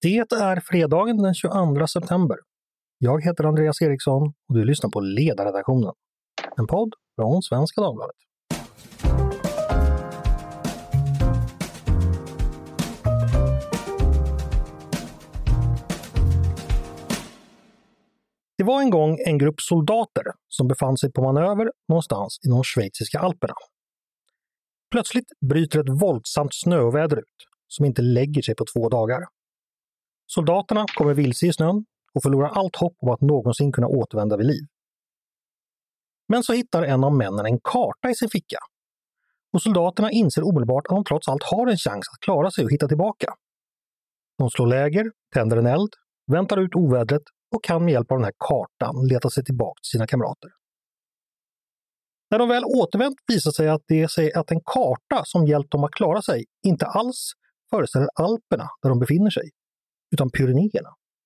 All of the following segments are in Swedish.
Det är fredagen den 22 september. Jag heter Andreas Eriksson och du lyssnar på Ledarredaktionen. En podd från Svenska Dagbladet. Det var en gång en grupp soldater som befann sig på manöver någonstans i de schweiziska alperna. Plötsligt bryter ett våldsamt snöväder ut som inte lägger sig på 2 dagar. Soldaterna kommer vilse i snön och förlorar allt hopp om att någonsin kunna återvända vid liv. Men så hittar en av männen en karta i sin ficka. Och soldaterna inser omedelbart att de trots allt har en chans att klara sig och hitta tillbaka. De slår läger, tänder en eld, väntar ut ovädret och kan med hjälp av den här kartan leta sig tillbaka till sina kamrater. När de väl återvänt visar sig att en karta som hjälpt dem att klara sig inte alls föreställer Alperna där de befinner sig, utan Pyrenéerna.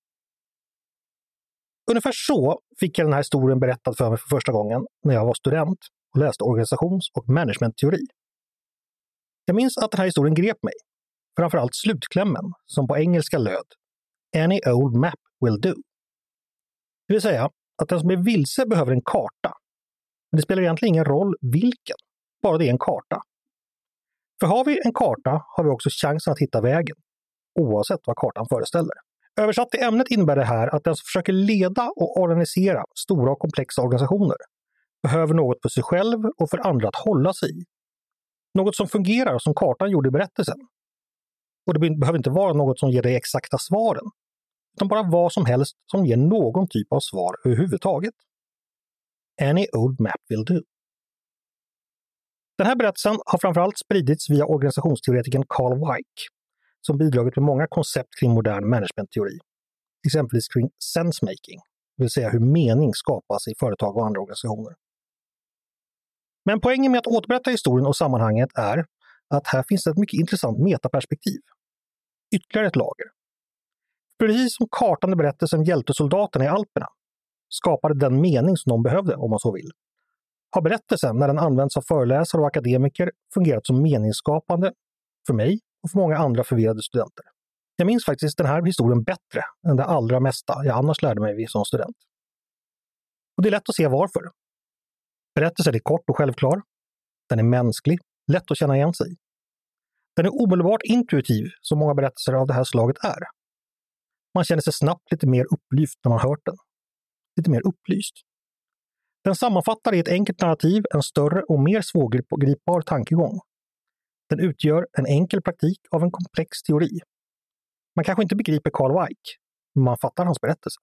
Ungefär så fick jag den här historien berättad för mig för första gången när jag var student och läste organisations- och managementteori. Jag minns att den här historien grep mig, framförallt slutklämmen som på engelska löd "Any old map will do". Det vill säga att den som är vilse behöver en karta, men det spelar egentligen ingen roll vilken, bara det är en karta. För har vi en karta har vi också chansen att hitta vägen, oavsett vad kartan föreställer. Översatt till ämnet innebär det här att den som försöker leda och organisera stora och komplexa organisationer behöver något för sig själv och för andra att hålla sig i. Något som fungerar som kartan gjorde i berättelsen. Och det behöver inte vara något som ger dig exakta svaren, utan bara vad som helst som ger någon typ av svar överhuvudtaget. Any old map will do. Den här berättelsen har framförallt spridits via organisationsteoretikern Carl Weick, som bidragit med många koncept kring modern managementteori. Exempelvis kring sensemaking, det vill säga hur mening skapas i företag och andra organisationer. Men poängen med att återberätta historien och sammanhanget är att här finns ett mycket intressant metaperspektiv. Ytterligare ett lager. Precis som kartan i berättelsen hjälpte soldaterna i Alperna skapade den mening som de behövde, om man så vill. Har berättelsen, när den används av föreläsare och akademiker, fungerat som meningsskapande för mig och för många andra förvirrade studenter. Jag minns faktiskt den här historien bättre än det allra mesta jag annars lärde mig som student. Och det är lätt att se varför. Berättelsen är kort och självklar. Den är mänsklig, lätt att känna igen sig i. Den är omedelbart intuitiv, som många berättelser av det här slaget är. Man känner sig snabbt lite mer upplyft när man hört den. Lite mer upplyst. Den sammanfattar i ett enkelt narrativ en större och mer svårgripbar tankegång. Den utgör en enkel praktik av en komplex teori. Man kanske inte begriper Carl Weick, men man fattar hans berättelse.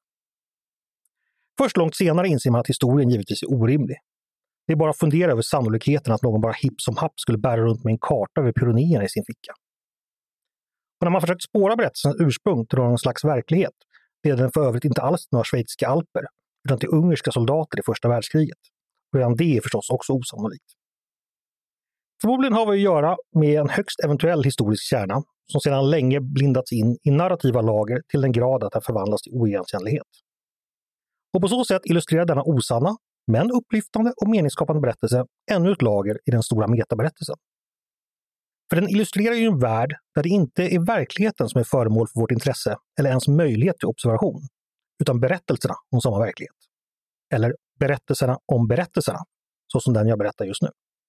Först långt senare inser man att historien givetvis är orimlig. Det är bara att fundera över sannolikheten att någon bara hipp som happ skulle bära runt med en karta över Pyrenéerna i sin ficka. Och när man försökt spåra berättelsens ursprung till någon slags verklighet leder den för övrigt inte alls till några schweiziska alper, utan till ungerska soldater i första världskriget. Och redan det är förstås också osannolikt. Förmodligen har vi att göra med en högst eventuell historisk kärna som sedan länge blindats in i narrativa lager till den grad att den förvandlas till oigenkännlighet. Och på så sätt illustrerar denna osanna, men upplyftande och meningsskapande berättelse ännu ett lager i den stora metaberättelsen. För den illustrerar ju en värld där det inte är verkligheten som är föremål för vårt intresse eller ens möjlighet till observation, utan berättelserna om samma verklighet. Eller berättelserna om berättelserna, så som den jag berättar just nu.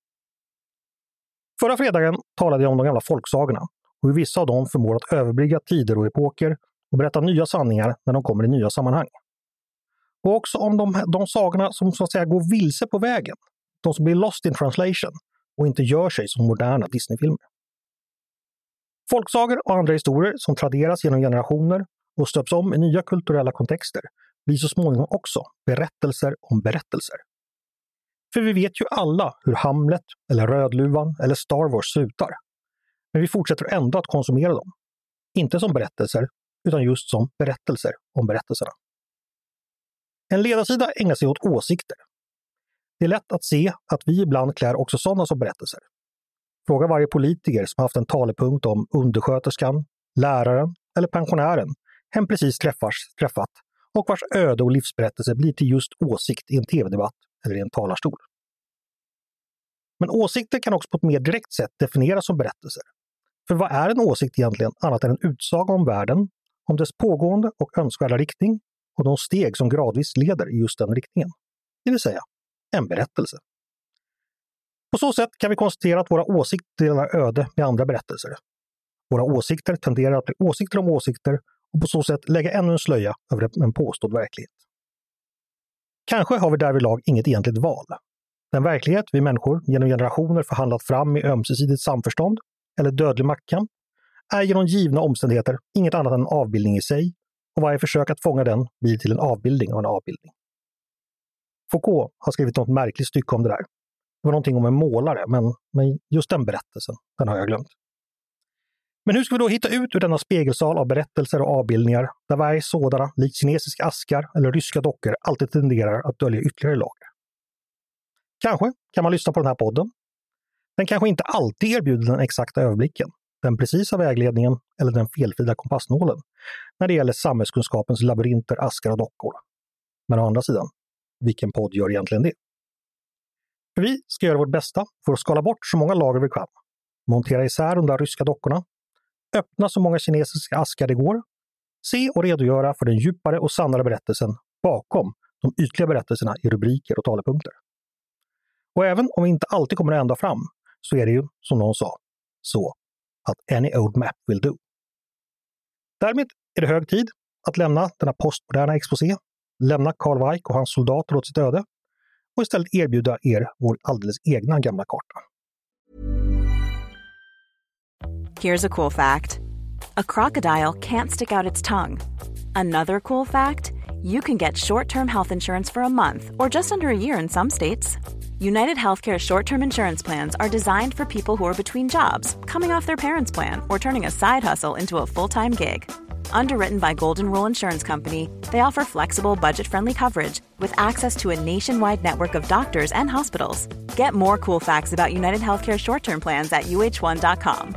Förra fredagen talade jag om de gamla folksagorna och hur vissa av dem förmår att överbrygga tider och epoker och berätta nya sanningar när de kommer i nya sammanhang. Och också om de sagorna som så att säga går vilse på vägen, de som blir lost in translation och inte gör sig som moderna Disney-filmer. Folksagor och andra historier som traderas genom generationer och stöps om i nya kulturella kontexter blir så småningom också berättelser om berättelser. För vi vet ju alla hur Hamlet, eller Rödluvan eller Star Wars slutar. Men vi fortsätter ändå att konsumera dem. Inte som berättelser, utan just som berättelser om berättelserna. En ledarsida ägnar sig åt åsikter. Det är lätt att se att vi ibland klär också sådana som berättelser. Fråga varje politiker som haft en talepunkt om undersköterskan, läraren eller pensionären hen precis träffat och vars öde och livsberättelse blir till just åsikt i en tv-debatt eller i en talarstol. Men åsikter kan också på ett mer direkt sätt definieras som berättelser. För vad är en åsikt egentligen annat än en utsaga om världen om dess pågående och önskvärda riktning och de steg som gradvis leder i just den riktningen. Det vill säga, en berättelse. På så sätt kan vi konstatera att våra åsikter delar öde med andra berättelser. Våra åsikter tenderar att bli åsikter om åsikter och på så sätt lägga ännu en slöja över en påstådd verklighet. Kanske har vi därvidlag inget egentligt val. Den verklighet vi människor genom generationer förhandlat fram i ömsesidigt samförstånd eller dödlig maktkamp är genom givna omständigheter inget annat än en avbildning i sig och varje försök att fånga den blir till en avbildning av en avbildning. Foucault har skrivit något märkligt stycke om det där. Det var någonting om en målare, men just den berättelsen, den har jag glömt. Men hur ska vi då hitta ut ur denna spegelsal av berättelser och avbildningar där varje sådana, likt kinesiska askar eller ryska dockor, alltid tenderar att dölja ytterligare lager? Kanske kan man lyssna på den här podden. Den kanske inte alltid erbjuder den exakta överblicken, den precisa vägledningen eller den felfria kompassnålen när det gäller samhällskunskapens labyrinter, askar och dockor. Men å andra sidan, vilken podd gör egentligen det? För vi ska göra vårt bästa för att skala bort så många lager vi kan, montera isär de där ryska dockorna, öppna så många kinesiska askar det går, se och redogöra för den djupare och sannare berättelsen bakom de ytliga berättelserna i rubriker och talepunkter. Och även om vi inte alltid kommer ända fram så är det ju, som någon sa, så att any old map will do. Därmed är det hög tid att lämna denna postmoderna exposé, lämna Carl Weick och hans soldater åt sitt öde och istället erbjuda er vår alldeles egna gamla karta. Here's a cool fact. A crocodile can't stick out its tongue. Another cool fact, you can get short-term health insurance for a month or just under a year in some states. United Healthcare short-term insurance plans are designed for people who are between jobs, coming off their parents' plan, or turning a side hustle into a full-time gig. Underwritten by Golden Rule Insurance Company, they offer flexible, budget-friendly coverage with access to a nationwide network of doctors and hospitals. Get more cool facts about United Healthcare short-term plans at uh1.com.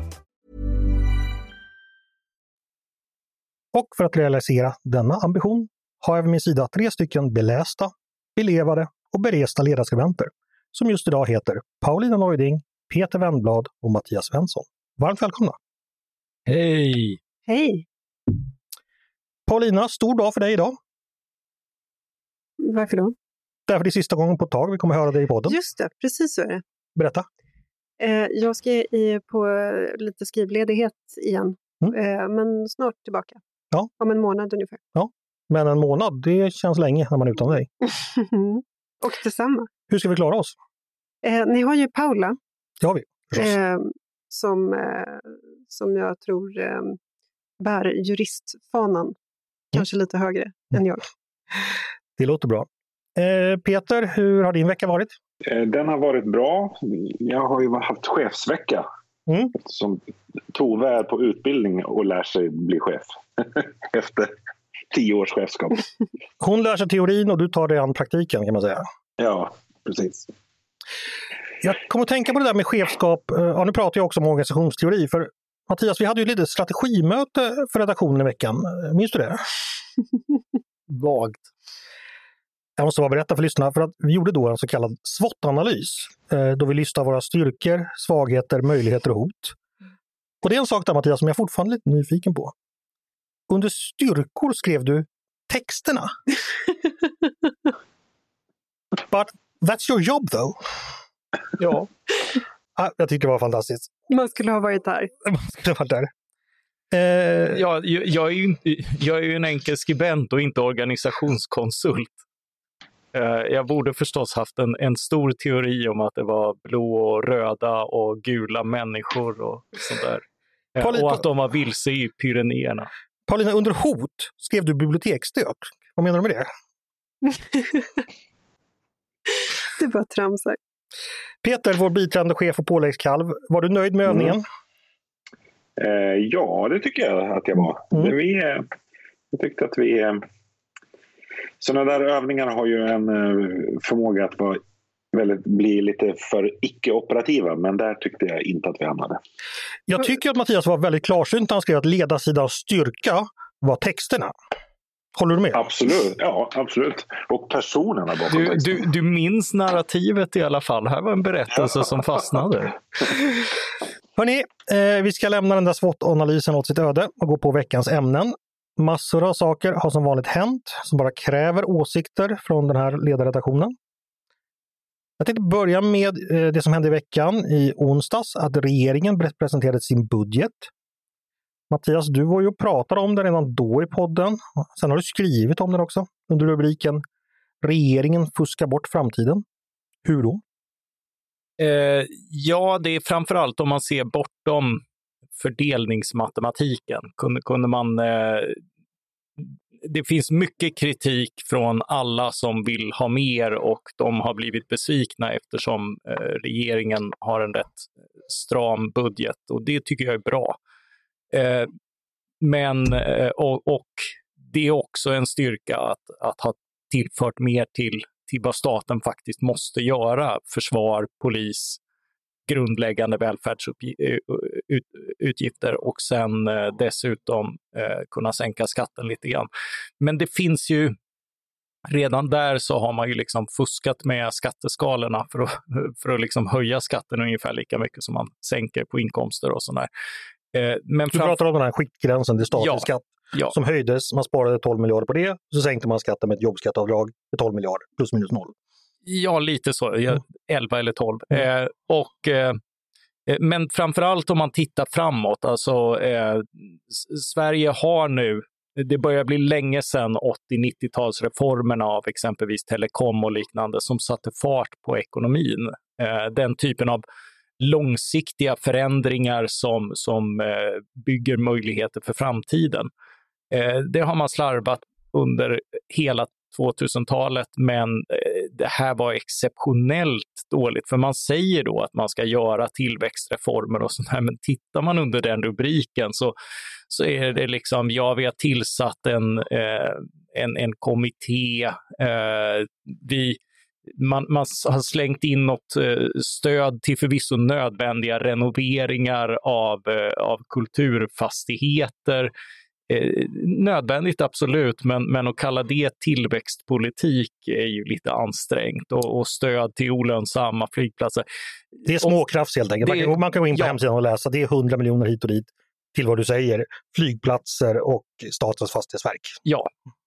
Och för att realisera denna ambition har jag vid min sida 3 stycken belästa, belevade och beresta ledarskribenter som just idag heter Paulina Neuding, Peter Wennblad och Mattias Svensson. Varmt välkomna! Hej! Hej! Paulina, stor dag för dig idag. Varför då? Därför det är sista gången på ett tag vi kommer höra dig i podden. Just det, precis så är det. Berätta. Jag ska på lite skrivledighet igen, men snart tillbaka. Ja. Om en månad ungefär. Ja, men en månad, det känns länge när man är utan dig. Och detsamma. Hur ska vi klara oss? Ni har ju Paula. Det har vi. Som jag tror bär juristfanan. Kanske lite högre än jag. Det låter bra. Peter, hur har din vecka varit? Den har varit bra. Jag har ju haft chefsvecka. Som Tove är på utbildning och lär sig bli chef. Efter 10 års chefskap. Hon lär sig teorin och du tar dig an praktiken, kan man säga. Ja, precis. Jag kommer att tänka på det där med chefskap. Ja, nu pratar jag också om organisationsteori. För Mattias, vi hade ju lite strategimöte för redaktionen i veckan. Minns du det? Vagt. Jag måste bara berätta för lyssnarna, för att vi gjorde då en så kallad SWOT-analys. Då vi listade våra styrkor, svagheter, möjligheter och hot. Och det är en sak där, Mattias, som jag fortfarande är lite nyfiken på. Under styrkor skrev du texterna. But that's your job though. Ja. Jag tycker det var fantastiskt. Man skulle ha varit där. Man skulle ha varit där. Jag är ju en enkel skribent och inte organisationskonsult. Jag borde förstås haft en stor teori om att det var blå och röda och gula människor och sånt där. Och att de var vilse i Pyrenéerna. Paulina, under hot skrev du biblioteksstök. Vad menar du med det? Det var tramsar. Peter, vår biträdande chef och påläggskalv, var du nöjd med övningen? Ja, det tycker jag att jag var. Jag tyckte att sådana där övningar har ju en förmåga att bli lite för icke-operativa, men där tyckte jag inte att vi hamnade. Jag tycker att Mattias var väldigt klarsynt när han skrev att ledarsidans styrka var texterna. Håller du med? Absolut, ja, absolut. Och personerna bakom texterna. Du minns narrativet i alla fall. Här var en berättelse som fastnade. Hörrni, vi ska lämna den där SWOT-analysen åt sitt öde och gå på veckans ämnen. Massor av saker har som vanligt hänt som bara kräver åsikter från den här ledarredaktionen. Jag tänkte börja med det som hände i veckan i onsdags, att regeringen presenterade sin budget. Mattias, du var ju och pratade om den redan då i podden. Sen har du skrivit om den också under rubriken Regeringen fuskar bort framtiden. Hur då? Ja, det är framförallt om man ser bortom fördelningsmatematiken. Kunde man... Det finns mycket kritik från alla som vill ha mer och de har blivit besvikna eftersom regeringen har en rätt stram budget och det tycker jag är bra. Men det är också en styrka att ha tillfört mer till vad staten faktiskt måste göra. Försvar, polis, grundläggande välfärdsutgifter och sen dessutom kunna sänka skatten lite grann. Men det finns ju, redan där så har man ju liksom fuskat med skatteskalorna för att liksom höja skatten ungefär lika mycket som man sänker på inkomster och sådär. Men du pratar om den här skiktgränsen till statlig skatt som höjdes, man sparade 12 miljarder på det, så sänkte man skatten med ett jobbskatteavdrag med 12 miljarder, plus minus noll. Ja, lite så. 11 eller 12. Men framförallt om man tittar framåt, alltså Sverige har nu, det börjar bli länge sedan 80-90-talsreformerna av exempelvis telekom och liknande som satte fart på ekonomin. Den typen av långsiktiga förändringar som bygger möjligheter för framtiden. Det har man slarvat under hela 2000-talet, men det här var exceptionellt dåligt, för man säger då att man ska göra tillväxtreformer och sånt här, men tittar man under den rubriken så är det liksom, vi har tillsatt en kommitté, man har slängt in något stöd till förvisso nödvändiga renoveringar av kulturfastigheter. Nödvändigt absolut, men att kalla det tillväxtpolitik är ju lite ansträngt och stöd till olönsamma flygplatser. Det är småkrafts helt enkelt. Man kan gå in på hemsidan och läsa, det är 100 miljoner hit och dit till vad du säger, flygplatser och Statens fastighetsverk. Ja.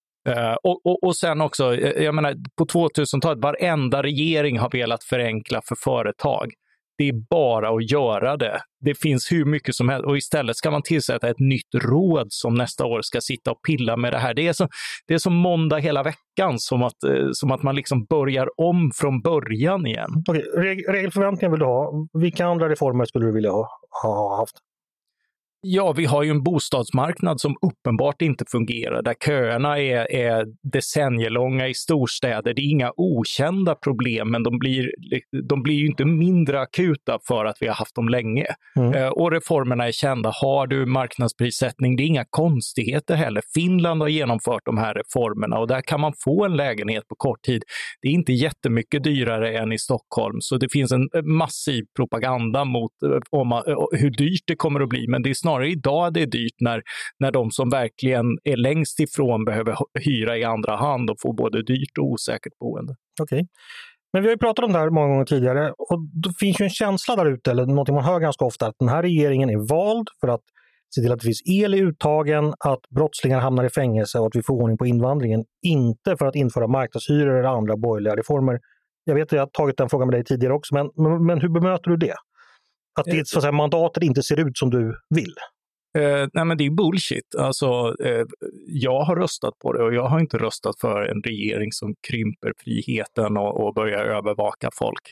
Och sen också, jag menar, på 2000-talet, varenda regering har velat förenkla för företag. Det är bara att göra det. Det finns hur mycket som helst och istället ska man tillsätta ett nytt råd som nästa år ska sitta och pilla med det här. Det är som måndag hela veckan, som att man liksom börjar om från början igen. Okej, regelförväntningar vill du ha. Vilka andra reformer skulle du vilja ha haft? Ja, vi har ju en bostadsmarknad som uppenbart inte fungerar, där köerna är decennielånga i storstäder. Det är inga okända problem, men de blir ju inte mindre akuta för att vi har haft dem länge. Och reformerna är kända. Har du marknadsprissättning, det är inga konstigheter heller. Finland har genomfört de här reformerna och där kan man få en lägenhet på kort tid. Det är inte jättemycket dyrare än i Stockholm, så det finns en massiv propaganda mot hur dyrt det kommer att bli, men det är snarare idag det är dyrt när de som verkligen är längst ifrån behöver hyra i andra hand och få både dyrt och osäkert boende. Okej. Men vi har ju pratat om det här många gånger tidigare och det finns ju en känsla där ute, eller något man hör ganska ofta, att den här regeringen är vald för att se till att det finns el i uttagen, att brottslingar hamnar i fängelse och att vi får ordning på invandringen, inte för att införa marknadshyror eller andra borgerliga reformer. Jag vet att jag har tagit den frågan med dig tidigare också, men hur bemöter du det? Att det, så att säga, mandatet inte ser ut som du vill? Nej, men det är bullshit. Alltså, jag har röstat på det och jag har inte röstat för en regering som krymper friheten och börjar övervaka folk.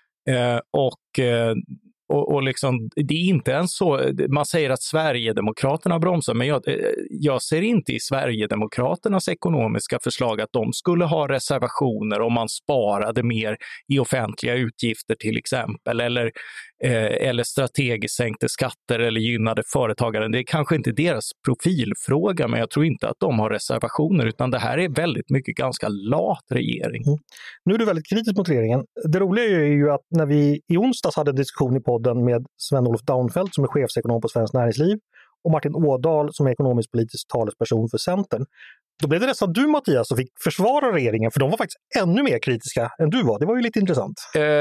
Och liksom, det är inte ens så, man säger att Sverigedemokraterna bromsar, men jag ser inte i Sverigedemokraternas ekonomiska förslag att de skulle ha reservationer om man sparade mer i offentliga utgifter till exempel, eller strategiskt sänkte skatter eller gynnade företagare. Det är kanske inte deras profilfråga, men jag tror inte att de har reservationer, utan det här är väldigt mycket ganska lat regering. Nu är du väldigt kritisk mot regeringen. Det roliga är ju att när vi i onsdags hade en diskussion i podden med Sven-Olof Daunfeldt som är chefsekonom på Svenskt Näringsliv och Martin Ådahl som är ekonomisk-politisk talesperson för Centern, Då blev det nästan du, Mattias, som fick försvara regeringen, för de var faktiskt ännu mer kritiska än du var. Det var ju lite intressant.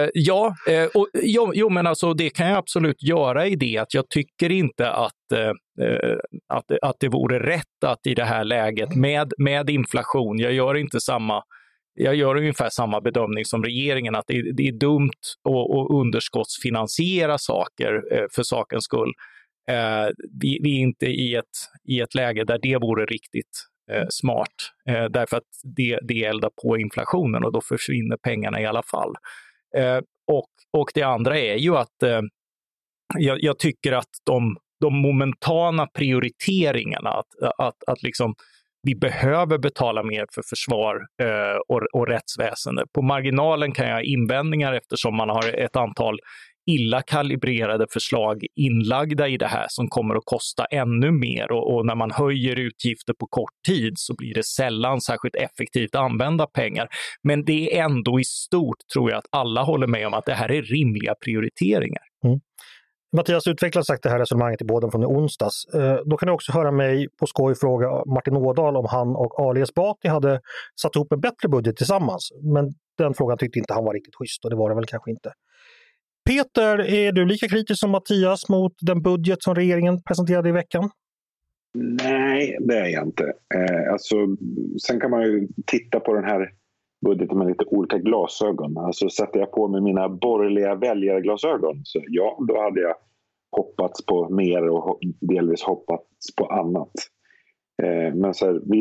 Men alltså det kan jag absolut göra i det, att jag tycker inte att det vore rätt att i det här läget med inflation, jag gör ungefär samma bedömning som regeringen, att det är dumt att underskottsfinansiera saker för sakens skull. Vi är inte i ett läge där det vore riktigt smart, därför att det eldar på inflationen och då försvinner pengarna i alla fall. Och det andra är ju att jag tycker att de momentana prioriteringarna, att liksom vi behöver betala mer för försvar och rättsväsende. På marginalen kan jag ha invändningar eftersom man har ett antal illa kalibrerade förslag inlagda i det här som kommer att kosta ännu mer, och när man höjer utgifter på kort tid så blir det sällan särskilt effektivt använda pengar. Men det är ändå i stort, tror jag, att alla håller med om att det här är rimliga prioriteringar. Mm. Mattias utvecklar sagt det här resonemanget i båden från i onsdags. Då kan du också höra mig på skoj fråga Martin Ådahl om han och Ali Esbati hade satt ihop en bättre budget tillsammans. Men den frågan tyckte inte han var riktigt schysst, och det var det väl kanske inte. Peter, är du lika kritisk som Mattias mot den budget som regeringen presenterade i veckan? Nej, det är jag inte. Sen kan man ju titta på den här budgeten med lite olika glasögon. Alltså sätter jag på mig mina borgerliga väljarglasögon, så ja, då hade jag hoppats på mer och delvis hoppats på annat. Men så här,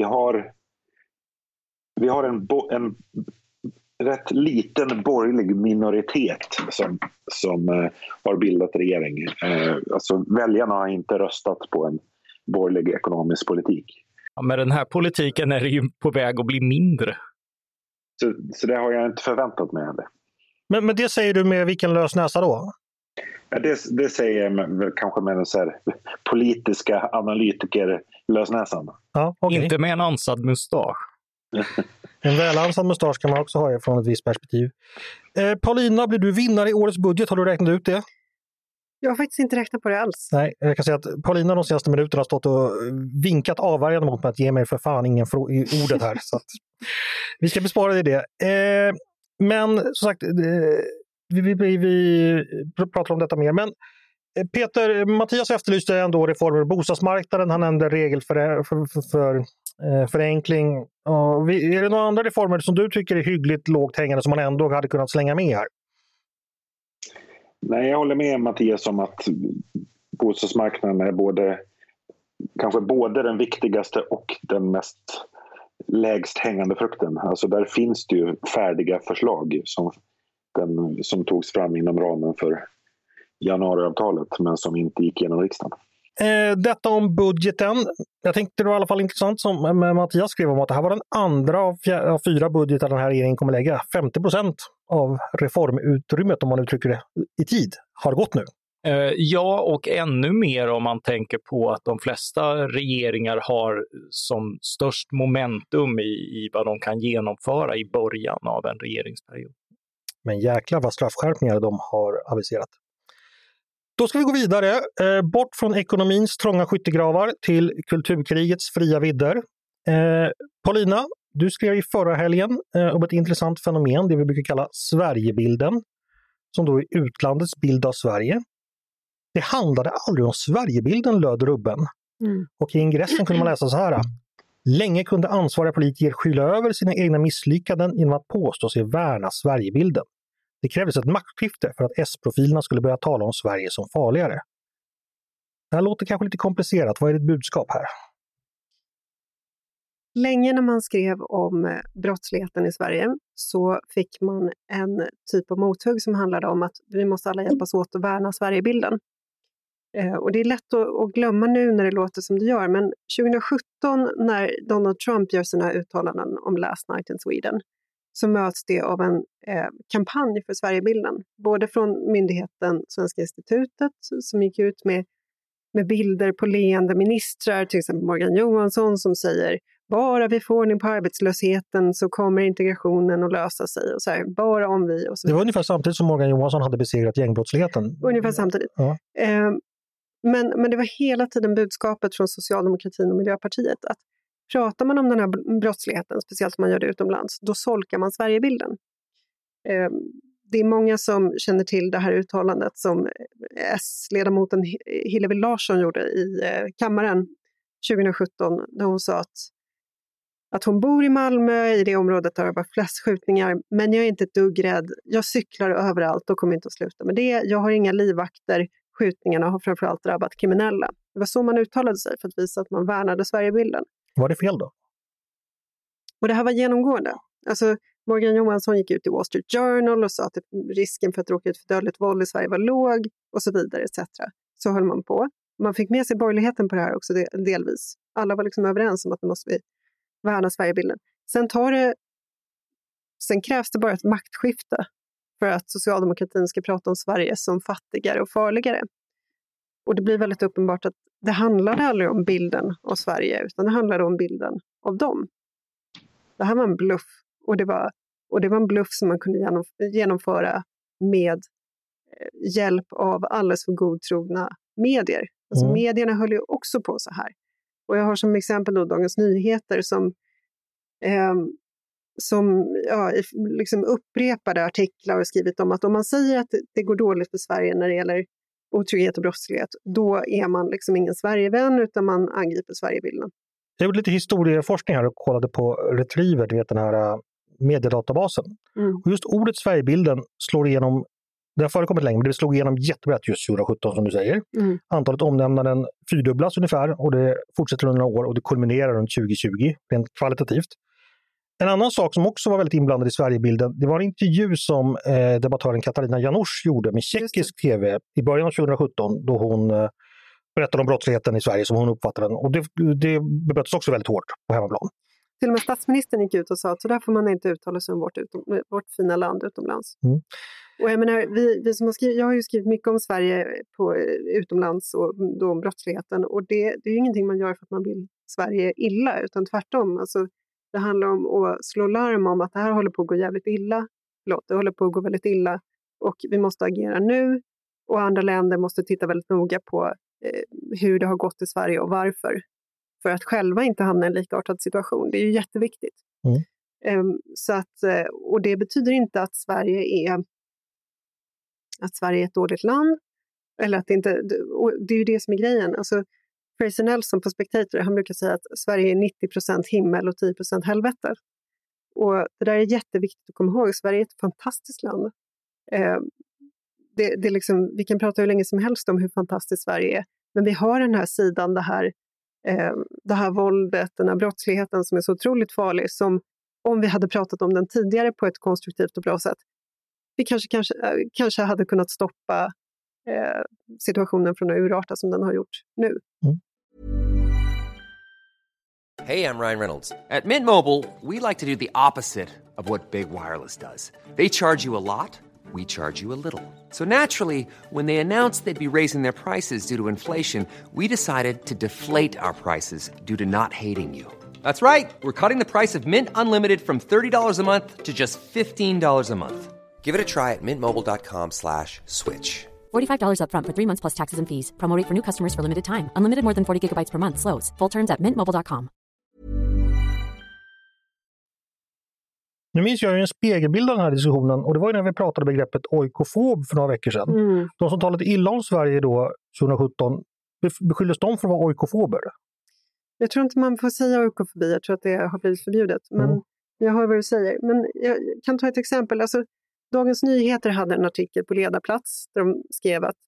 vi har en rätt liten borgerlig minoritet som har bildat regering. Alltså väljarna har inte röstat på en borgerlig ekonomisk politik. Ja, med den här politiken är det ju på väg att bli mindre. Så det har jag inte förväntat mig heller. Men det säger du med vilken lösnäsa då? Ja, det säger jag kanske med en så här politiska analytiker lösnäsan. Ja, okay. Inte med en ansad mustasch. En välansad mustasch kan man också ha från ett visst perspektiv. Paulina, blir du vinnare i årets budget? Har du räknat ut det? Jag har faktiskt inte räknat på det alls. Nej, jag kan säga att Paulina de senaste minuterna har stått och vinkat avvärjande mot mig att ge mig för fan ingen i ordet här. Så att vi ska bespara det. Men som sagt, vi pratar om detta mer. Men Peter, Mattias efterlyste ändå reformer på bostadsmarknaden. Han nämnde regel för förenkling. Är det några andra reformer som du tycker är hyggligt lågt hängande som man ändå hade kunnat slänga med här? Nej, jag håller med Mattias om att bostadsmarknaden är kanske både den viktigaste och den mest lägst hängande frukten. Alltså där finns det ju färdiga förslag som togs fram inom ramen för januariavtalet men som inte gick genom riksdagen. Detta om budgeten. Jag tänkte det var i alla fall intressant som Mattias skrev om att det här var den andra av 4 budgetar den här regeringen kommer lägga. 50% av reformutrymmet, om man uttrycker det i tid, har gått nu. Ja, och ännu mer om man tänker på att de flesta regeringar har som störst momentum i vad de kan genomföra i början av en regeringsperiod. Men jäklar vad straffskärpningar de har aviserat. Då ska vi gå vidare, bort från ekonomins trånga skyttegravar till kulturkrigets fria vidder. Paulina, du skrev i förra helgen om ett intressant fenomen, det vi brukar kalla Sverigebilden, som då är utlandets bild av Sverige. Det handlade aldrig om Sverigebilden, löd rubben. Och i ingressen kunde man läsa så här: länge kunde ansvariga politiker skylla över sina egna misslyckanden genom att påstå sig värna Sverigebilden. Det krävdes ett maktskifte för att S-profilerna skulle börja tala om Sverige som farligare. Det här låter kanske lite komplicerat. Vad är ditt budskap här? Länge när man skrev om brottsligheten i Sverige så fick man en typ av mothugg som handlade om att vi måste alla hjälpas åt att värna Sverigebilden. Och det är lätt att glömma nu när det låter som det gör, men 2017 när Donald Trump gör sina uttalanden om Last Night in Sweden så möts det av en kampanj för Sverigebilden. Både från myndigheten Svenska institutet som gick ut med bilder på leende ministrar, till exempel Morgan Johansson som säger bara vi får ordning på arbetslösheten så kommer integrationen att lösa sig. Och så här, bara om vi... Och så. Det var ungefär samtidigt som Morgan Johansson hade besegrat gängbrottsligheten. Ungefär samtidigt. Ja. Men det var hela tiden budskapet från Socialdemokratin och Miljöpartiet att pratar man om den här brottsligheten, speciellt om man gör det utomlands, då solkar man Sverigebilden. Det är många som känner till det här uttalandet som S-ledamoten Hillevi Larsson gjorde i kammaren 2017, där hon sa att hon bor i Malmö, i det området där det var flest skjutningar, men jag är inte ett dugg rädd. Jag cyklar överallt och kommer inte att sluta med det. Jag har inga livvakter. Skjutningarna har framförallt drabbat kriminella. Det var så man uttalade sig för att visa att man värnade Sverigebilden. Var det fel då? Och det här var genomgående. Alltså, Morgan Johansson gick ut i Wall Street Journal och sa att risken för att råka ut för dödligt våld i Sverige var låg och så vidare etc. Så höll man på. Man fick med sig borgerligheten på det här också delvis. Alla var liksom överens om att nu måste vi värna Sverigebilden. Sen krävs det bara ett maktskifte för att socialdemokratin ska prata om Sverige som fattigare och farligare. Och det blir väldigt uppenbart att det handlade aldrig om bilden av Sverige, utan det handlade om bilden av dem. Det här var en bluff. Och det var en bluff som man kunde genomföra med hjälp av alldeles för godtrogna medier. Alltså medierna höll ju också på så här. Och jag har som exempel då Dagens Nyheter som liksom upprepade artiklar och skrivit om att om man säger att det går dåligt för Sverige när det gäller otrygghet och brottslighet, då är man liksom ingen Sverigevän utan man angriper Sverigebilden. Jag gjorde lite historieforskning här och kollade på Retriever, du vet den här mediedatabasen. Och just ordet Sverigebilden slår igenom, det har förekommit länge, men det slog igenom jättebrett just 2017 som du säger. Antalet omnämnanden fyrdubblas ungefär och det fortsätter under några år och det kulminerar runt 2020, rent kvalitativt. En annan sak som också var väldigt inblandad i Sverigebilden, det var en intervju som debattören Katarina Janouch gjorde med tjeckisk tv i början av 2017 då hon berättade om brottsligheten i Sverige som hon uppfattade den. Och det bemöttes också väldigt hårt på hemmaplan. Till och med statsministern gick ut och sa att så där får man inte uttala sig om vårt fina land utomlands. Och jag menar, vi som har jag har ju skrivit mycket om Sverige utomlands och då om brottsligheten. Och det är ju ingenting man gör för att man vill Sverige illa, utan tvärtom. Alltså, det handlar om att slå larm om att det här håller på att gå jävligt illa. Det håller på att gå väldigt illa och vi måste agera nu. Och andra länder måste titta väldigt noga på hur det har gått i Sverige och varför. För att själva inte hamna i en likartad situation. Det är ju jätteviktigt. Så att, och det betyder inte att Sverige är ett dåligt land. Eller att det inte, det är ju det som är grejen. Alltså, Fraser Nelson på Spectator, han brukar säga att Sverige är 90% himmel och 10% helvete. Och det där är jätteviktigt att komma ihåg. Sverige är ett fantastiskt land. Det är liksom, vi kan prata hur länge som helst om hur fantastiskt Sverige är. Men vi har den här sidan, det här våldet, den här brottsligheten som är så otroligt farlig. Som om vi hade pratat om den tidigare på ett konstruktivt och bra sätt. Vi kanske hade kunnat stoppa situationen från att urarta som den har gjort nu. Hey, I'm Ryan Reynolds. At Mint Mobile, we like to do the opposite of what Big Wireless does. They charge you a lot, we charge you a little. So naturally, when they announced they'd be raising their prices due to inflation, we decided to deflate our prices due to not hating you. That's right. We're cutting the price of Mint Unlimited from $30 a month to just $15 a month. Give it a try at mintmobile.com/switch. $45 up front for 3 months plus taxes and fees. Promo rate for new customers for limited time. Unlimited more than 40 gigabytes per month. Slows full terms at mintmobile.com. Nu minns jag ju en spegelbild av den här diskussionen och det var ju när vi pratade begreppet oikofob för några veckor sedan. De som talade illa om Sverige då 2017, beskylldes de för att vara oikofober? Jag tror inte man får säga oikofobi, jag tror att det har blivit förbjudet. Men jag hör vad du säger. Men jag kan ta ett exempel. Alltså, Dagens Nyheter hade en artikel på ledarplats där de skrev att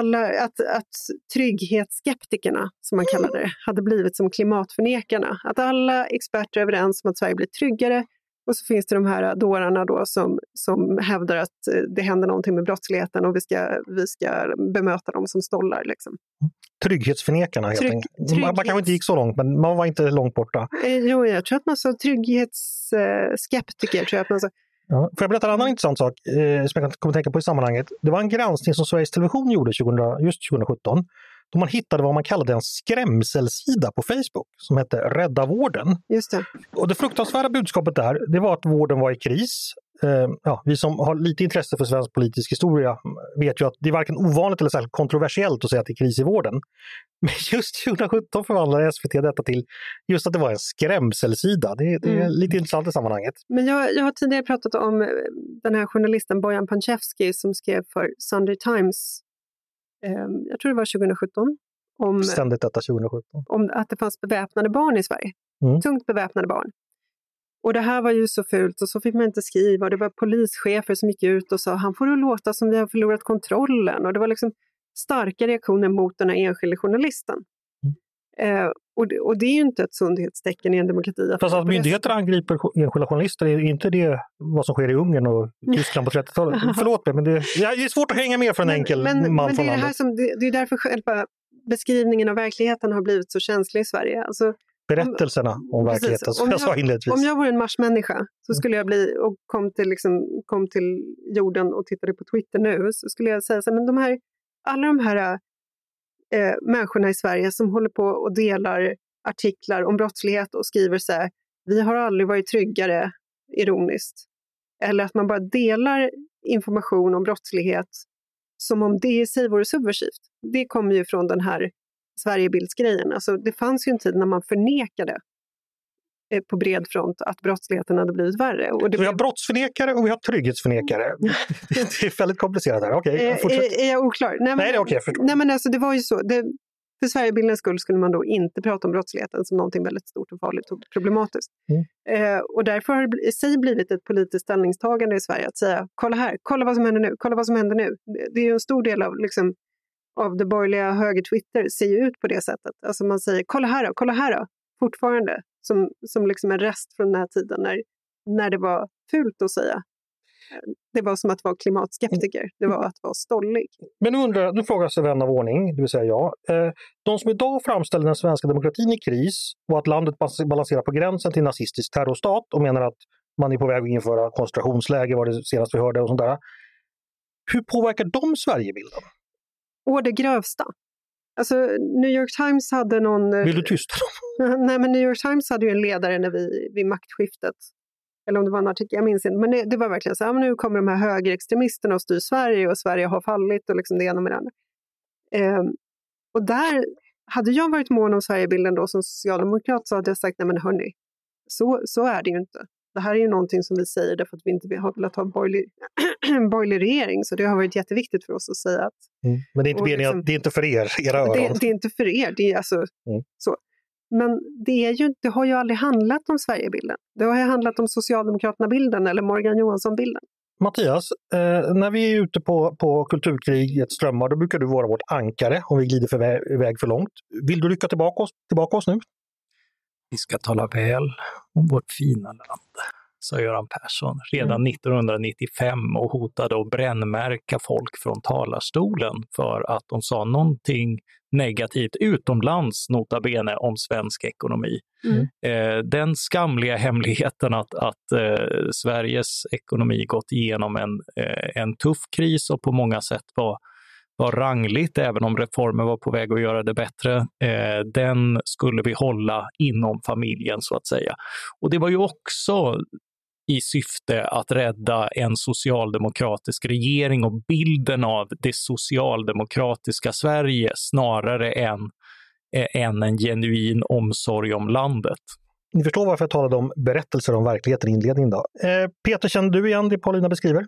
trygghetsskeptikerna, som man kallar det, hade blivit som klimatförnekarna. Att alla experter är överens om att Sverige blir tryggare. Och så finns det de här dårarna då som hävdar att det händer någonting med brottsligheten och vi ska bemöta dem som stollar. Liksom. Trygghetsförnekarna helt enkelt. Man kanske inte gick så långt, men man var inte långt borta. Jo, jag tror att man sa trygghetsskeptiker. Tror jag att man sa. Ja, får jag berätta en annan intressant sak som jag kommer att tänka på i sammanhanget. Det var en granskning som Sveriges Television gjorde just 2017. Då man hittade vad man kallade en skrämselsida på Facebook som hette Rädda vården. Just det. Och det fruktansvärda budskapet där, det var att vården var i kris. vi som har lite intresse för svensk politisk historia vet ju att det är varken ovanligt eller särskilt kontroversiellt att säga att det är kris i vården. Men just 2017 förvandlade SVT detta till just att det var en skrämselsida. Det är lite intressant i sammanhanget. Men jag har tidigare pratat om den här journalisten Bojan Panchevski som skrev för Sunday Times, jag tror det var 2017. Ständigt detta 2017. Om att det fanns beväpnade barn i Sverige. Tungt beväpnade barn. Och det här var ju så fult och så fick man inte skriva. Det var polischefer som gick ut och sa han får det låta som vi har förlorat kontrollen. Och det var liksom starka reaktioner mot den här enskilda journalisten. Och det är ju inte ett sundhetstecken i en demokrati. Fast att myndigheter angriper enskilda journalister, är inte det vad som sker i Ungern och Tyskland på 30-talet? Förlåt mig, men det är svårt att hänga med för en enkel man från landet. Det är därför själva beskrivningen av verkligheten har blivit så känslig i Sverige. Alltså, berättelserna om verkligheten, som jag sa inledningsvis. Om jag vore en marsmänniska så skulle jag bli och kom till jorden och tittade på Twitter nu, så skulle jag säga så här, men alla de här människorna i Sverige som håller på och delar artiklar om brottslighet och skriver så här, vi har aldrig varit tryggare, ironiskt. Eller att man bara delar information om brottslighet som om det i sig vore subversivt. Det kommer ju från den här Sverigebildsgrejen. Alltså det fanns ju en tid när man förnekade på bred front att brottsligheten hade blivit värre. Och vi har brottsförnekare och vi har trygghetsförnekare. Det är väldigt komplicerat här. Okej, är jag oklar? Nej, det är okej. Nej, men alltså det var ju så. För Sverigebildens skull skulle man då inte prata om brottsligheten som någonting väldigt stort och farligt och problematiskt. Och därför har det i sig blivit ett politiskt ställningstagande i Sverige att säga, kolla här, kolla vad som händer nu, kolla vad som händer nu. Det är ju en stor del av det borgerliga höger-Twitter ser ju ut på det sättet. Alltså man säger, kolla här då, fortfarande. Som liksom en rest från den här tiden när det var fult att säga. Det var som att vara klimatskeptiker. Det var att vara stollig. Men nu frågar sig vän av ordning, det vill säga jag. De som idag framställer den svenska demokratin i kris och att landet balanserar på gränsen till nazistisk terrorstat och menar att man är på väg att införa koncentrationsläger, var det senast vi hörde och sånt där. Hur påverkar de Sverigebilden? Och det grövsta. Alltså New York Times hade någon... Vill du tysta dem? Nej, men New York Times hade ju en ledare när vid maktskiftet. Eller om det var en artikel, jag minns inte. Men det var verkligen så här, nu kommer de här högerextremisterna och styr Sverige och Sverige har fallit och liksom det ena med det andra. Och där hade jag varit mån om Sverigebilden då som socialdemokrat, så hade jag sagt, nej men hörni, så är det ju inte. Det här är ju någonting som vi säger därför att vi inte har velat ha en borgerlig regering. Så det har varit jätteviktigt för oss att säga att... Men det är inte meningen, det är inte för era öron. Det är inte för er, det är alltså så. Men det har ju aldrig handlat om Sverigebilden. Det har ju handlat om Socialdemokraterna-bilden eller Morgan Johansson-bilden. Mattias, när vi är ute på kulturkrigets strömmar, då brukar du vara vårt ankare om vi glider iväg för långt. Vill du rycka tillbaka oss nu? Vi ska tala väl om vårt fina land, sa Göran Persson redan 1995 och hotade att brännmärka folk från talarstolen för att de sa någonting negativt utomlands, nota bene, om svensk ekonomi. Den skamliga hemligheten att Sveriges ekonomi gått igenom en tuff kris och på många sätt var rangligt, även om reformer var på väg att göra det bättre. Den skulle vi hålla inom familjen, så att säga. Och det var ju också i syfte att rädda en socialdemokratisk regering och bilden av det socialdemokratiska Sverige snarare än en genuin omsorg om landet. Ni förstår varför jag talade om berättelser om verkligheten i inledningen då. Peter, känner du igen det Paulina beskriver?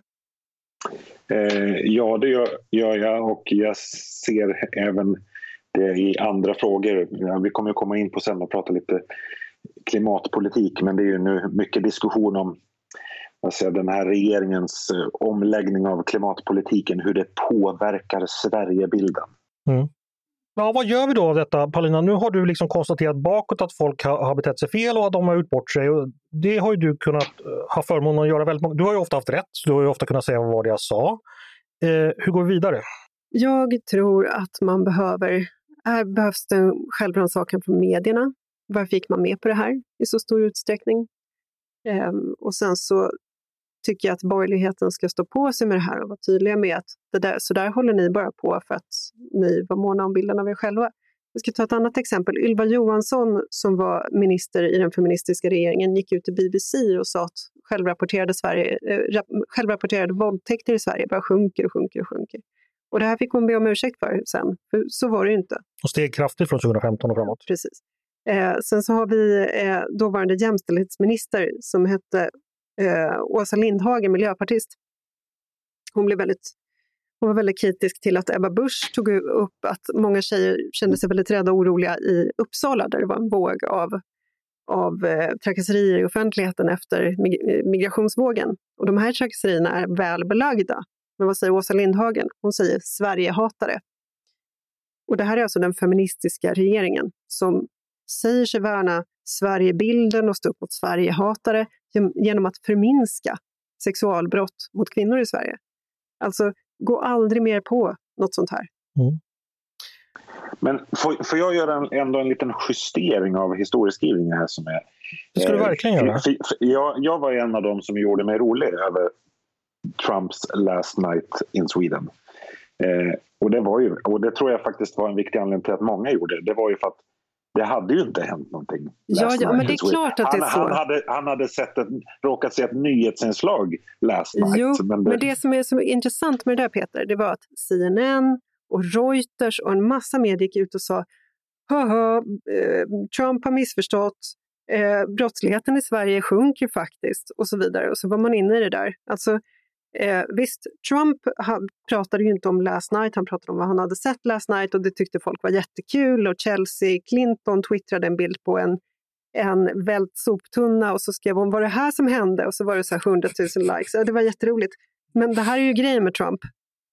Ja, det gör jag, och jag ser även det i andra frågor. Ja, vi kommer att komma in på sen och prata lite klimatpolitik, men det är ju nu mycket diskussion om den här regeringens omläggning av klimatpolitiken, hur det påverkar Sverigebilden. Ja, vad gör vi då av detta, Paulina? Nu har du liksom konstaterat bakåt att folk har betett sig fel och att de har gjort bort sig. Och det har ju du kunnat ha förmånen att göra väldigt många. Du har ju ofta haft rätt, så du har ju ofta kunnat säga vad jag sa. Hur går vi vidare? Jag tror att här behövs det en självrannsakan från medierna. Varför gick man med på det här i så stor utsträckning? Och sen så tycker jag att borgerligheten ska stå på sig med det här och vara tydliga med att så där håller ni bara på för att ni var måna om bilden av er själva. Jag ska ta ett annat exempel. Ylva Johansson, som var minister i den feministiska regeringen, gick ut i BBC och sa att självrapporterade våldtäkter i Sverige bara sjunker. Och det här fick hon be om ursäkt för sen, för så var det ju inte. Och steg kraftigt från 2015 och framåt. Precis. Sen så har vi dåvarande jämställdhetsminister som hette Åsa Lindhagen, miljöpartist. Hon var väldigt kritisk till att Ebba Busch tog upp att många tjejer kände sig väldigt rädda och oroliga i Uppsala, där det var en våg av trakasserier i offentligheten efter migrationsvågen. Och de här trakasserierna är väl belagda. Men vad säger Åsa Lindhagen? Hon säger Sverigehatare. Och det här är alltså den feministiska regeringen som säger sig värna Sverigebilden och stå upp mot Sverigehatare genom att förminska sexualbrott mot kvinnor i Sverige. Alltså, gå aldrig mer på något sånt här. Mm. Men får jag göra ändå en liten justering av historieskrivningen här som är... Det ska du verkligen göra. Jag var en av dem som gjorde mig rolig över Trumps last night in Sweden. Och det tror jag faktiskt var en viktig anledning till att många gjorde. Det var ju för att det hade ju inte hänt någonting. Ja, men det är klart att det är så. Han hade råkat se ett nyhetsinslag last night. Jo, men det som är så intressant med det där, Peter, det var att CNN och Reuters och en massa medier gick ut och sa Trump har missförstått, brottsligheten i Sverige sjunker faktiskt och så vidare. Och så var man inne i det där. Alltså, visst, Trump pratade ju inte om last night, han pratade om vad han hade sett last night och det tyckte folk var jättekul, och Chelsea Clinton twittrade en bild på en vält soptunna och så skrev hon, var det här som hände? Och så var det så här 100 000 likes. Det var jätteroligt. Men det här är ju grejen med Trump.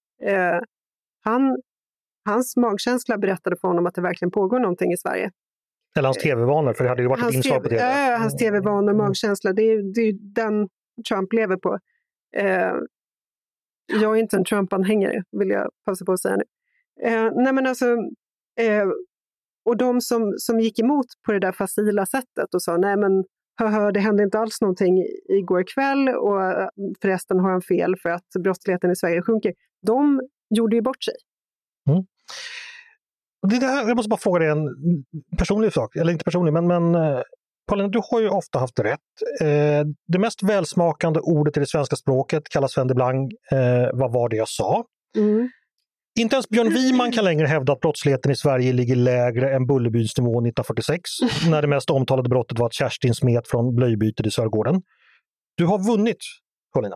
Hans magkänsla berättade för honom att det verkligen pågår någonting i Sverige. Eller hans tv-vanor, för det hade ju varit ett inslag på tv. Hans tv-vanor och magkänsla, det är ju den Trump lever på. Jag är inte en Trump-anhängare, vill jag passa på att säga nu. Nej, men alltså, och de som gick emot på det där facila sättet och sa nej men det hände inte alls någonting igår kväll och förresten har han fel för att brottsligheten i Sverige sjunker. De gjorde ju bort sig. Mm. Det här, jag måste bara fråga dig en personlig sak, eller inte personlig, men Paulina, du har ju ofta haft rätt. Det mest välsmakande ordet i det svenska språket kallas Sven Delblanc. Vad var det jag sa? Mm. Inte ens Björn Wiman kan längre hävda att brottsligheten i Sverige ligger lägre än Bullerbyns nivå 1946, när det mest omtalade brottet var att Kerstin smet från blöjbytet i Sörgården. Du har vunnit, Paulina.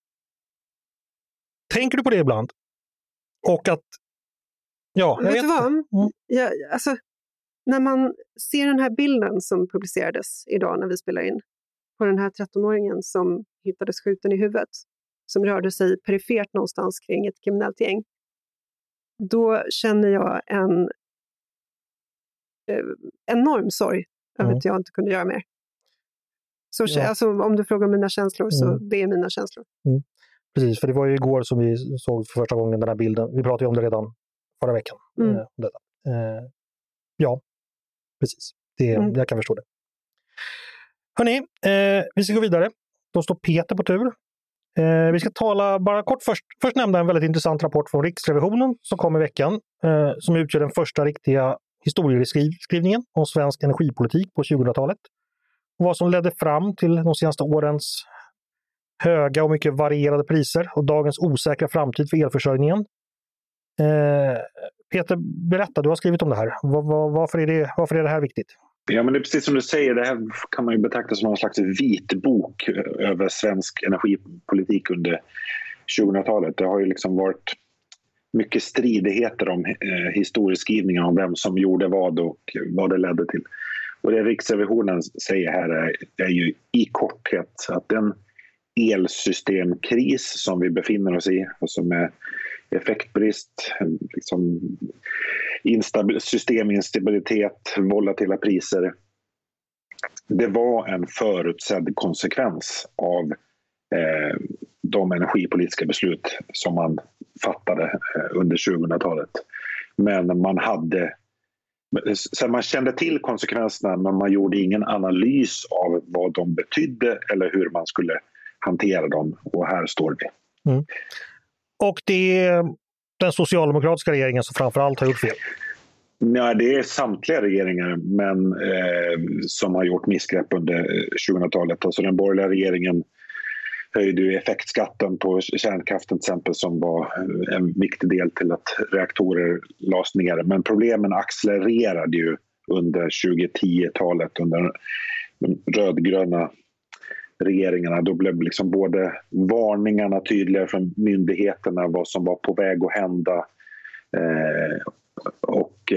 Tänker du på det ibland? Och att... Ja, vet du vad? Alltså, när man ser den här bilden som publicerades idag när vi spelar in, på den här 13-åringen som hittades skjuten i huvudet, som rörde sig perifert någonstans kring ett kriminellt gäng, då känner jag en enorm sorg över att jag inte kunde göra mer. Så, alltså, om du frågar mina känslor så det är mina känslor. Mm. Precis, för det var ju igår som vi såg för första gången den här bilden. Vi pratade ju om det redan förra veckan. Ja, precis. Jag kan förstå det. Hörrni, vi ska gå vidare. Då står Peter på tur. Vi ska tala bara kort först nämna en väldigt intressant rapport från Riksrevisionen som kom i veckan, som utgör den första riktiga historieskrivningen om svensk energipolitik på 2000-talet. Och vad som ledde fram till de senaste årens höga och mycket varierade priser och dagens osäkra framtid för elförsörjningen. Peter, berätta, du har skrivit om det här. Varför är det här viktigt? Ja, men det är precis som du säger, det här kan man ju betrakta som någon slags vitbok över svensk energipolitik under 2000-talet. Det har ju liksom varit mycket stridigheter om historieskrivningen om vem som gjorde vad och vad det ledde till. Och det Riksrevisionen säger här är ju i korthet att den elsystemkris som vi befinner oss i och som är effektbrist, liksom systeminstabilitet, volatila priser. Det var en förutsedd konsekvens av de energipolitiska beslut som man fattade under 2000-talet. Men man kände till konsekvenserna, men man gjorde ingen analys av vad de betydde eller hur man skulle hantera dem. Och här står vi. Mm. Och det är den socialdemokratiska regeringen som framförallt har gjort fel? Nej, det är samtliga regeringar som har gjort missgrepp under 2000-talet. Alltså den borgerliga regeringen höjde ju effektskatten på kärnkraften till exempel, som var en viktig del till att reaktorer lades ner. Men problemen accelererade ju under 2010-talet under de rödgröna regeringarna. Då blev liksom både varningarna tydliga från myndigheterna vad som var på väg att hända och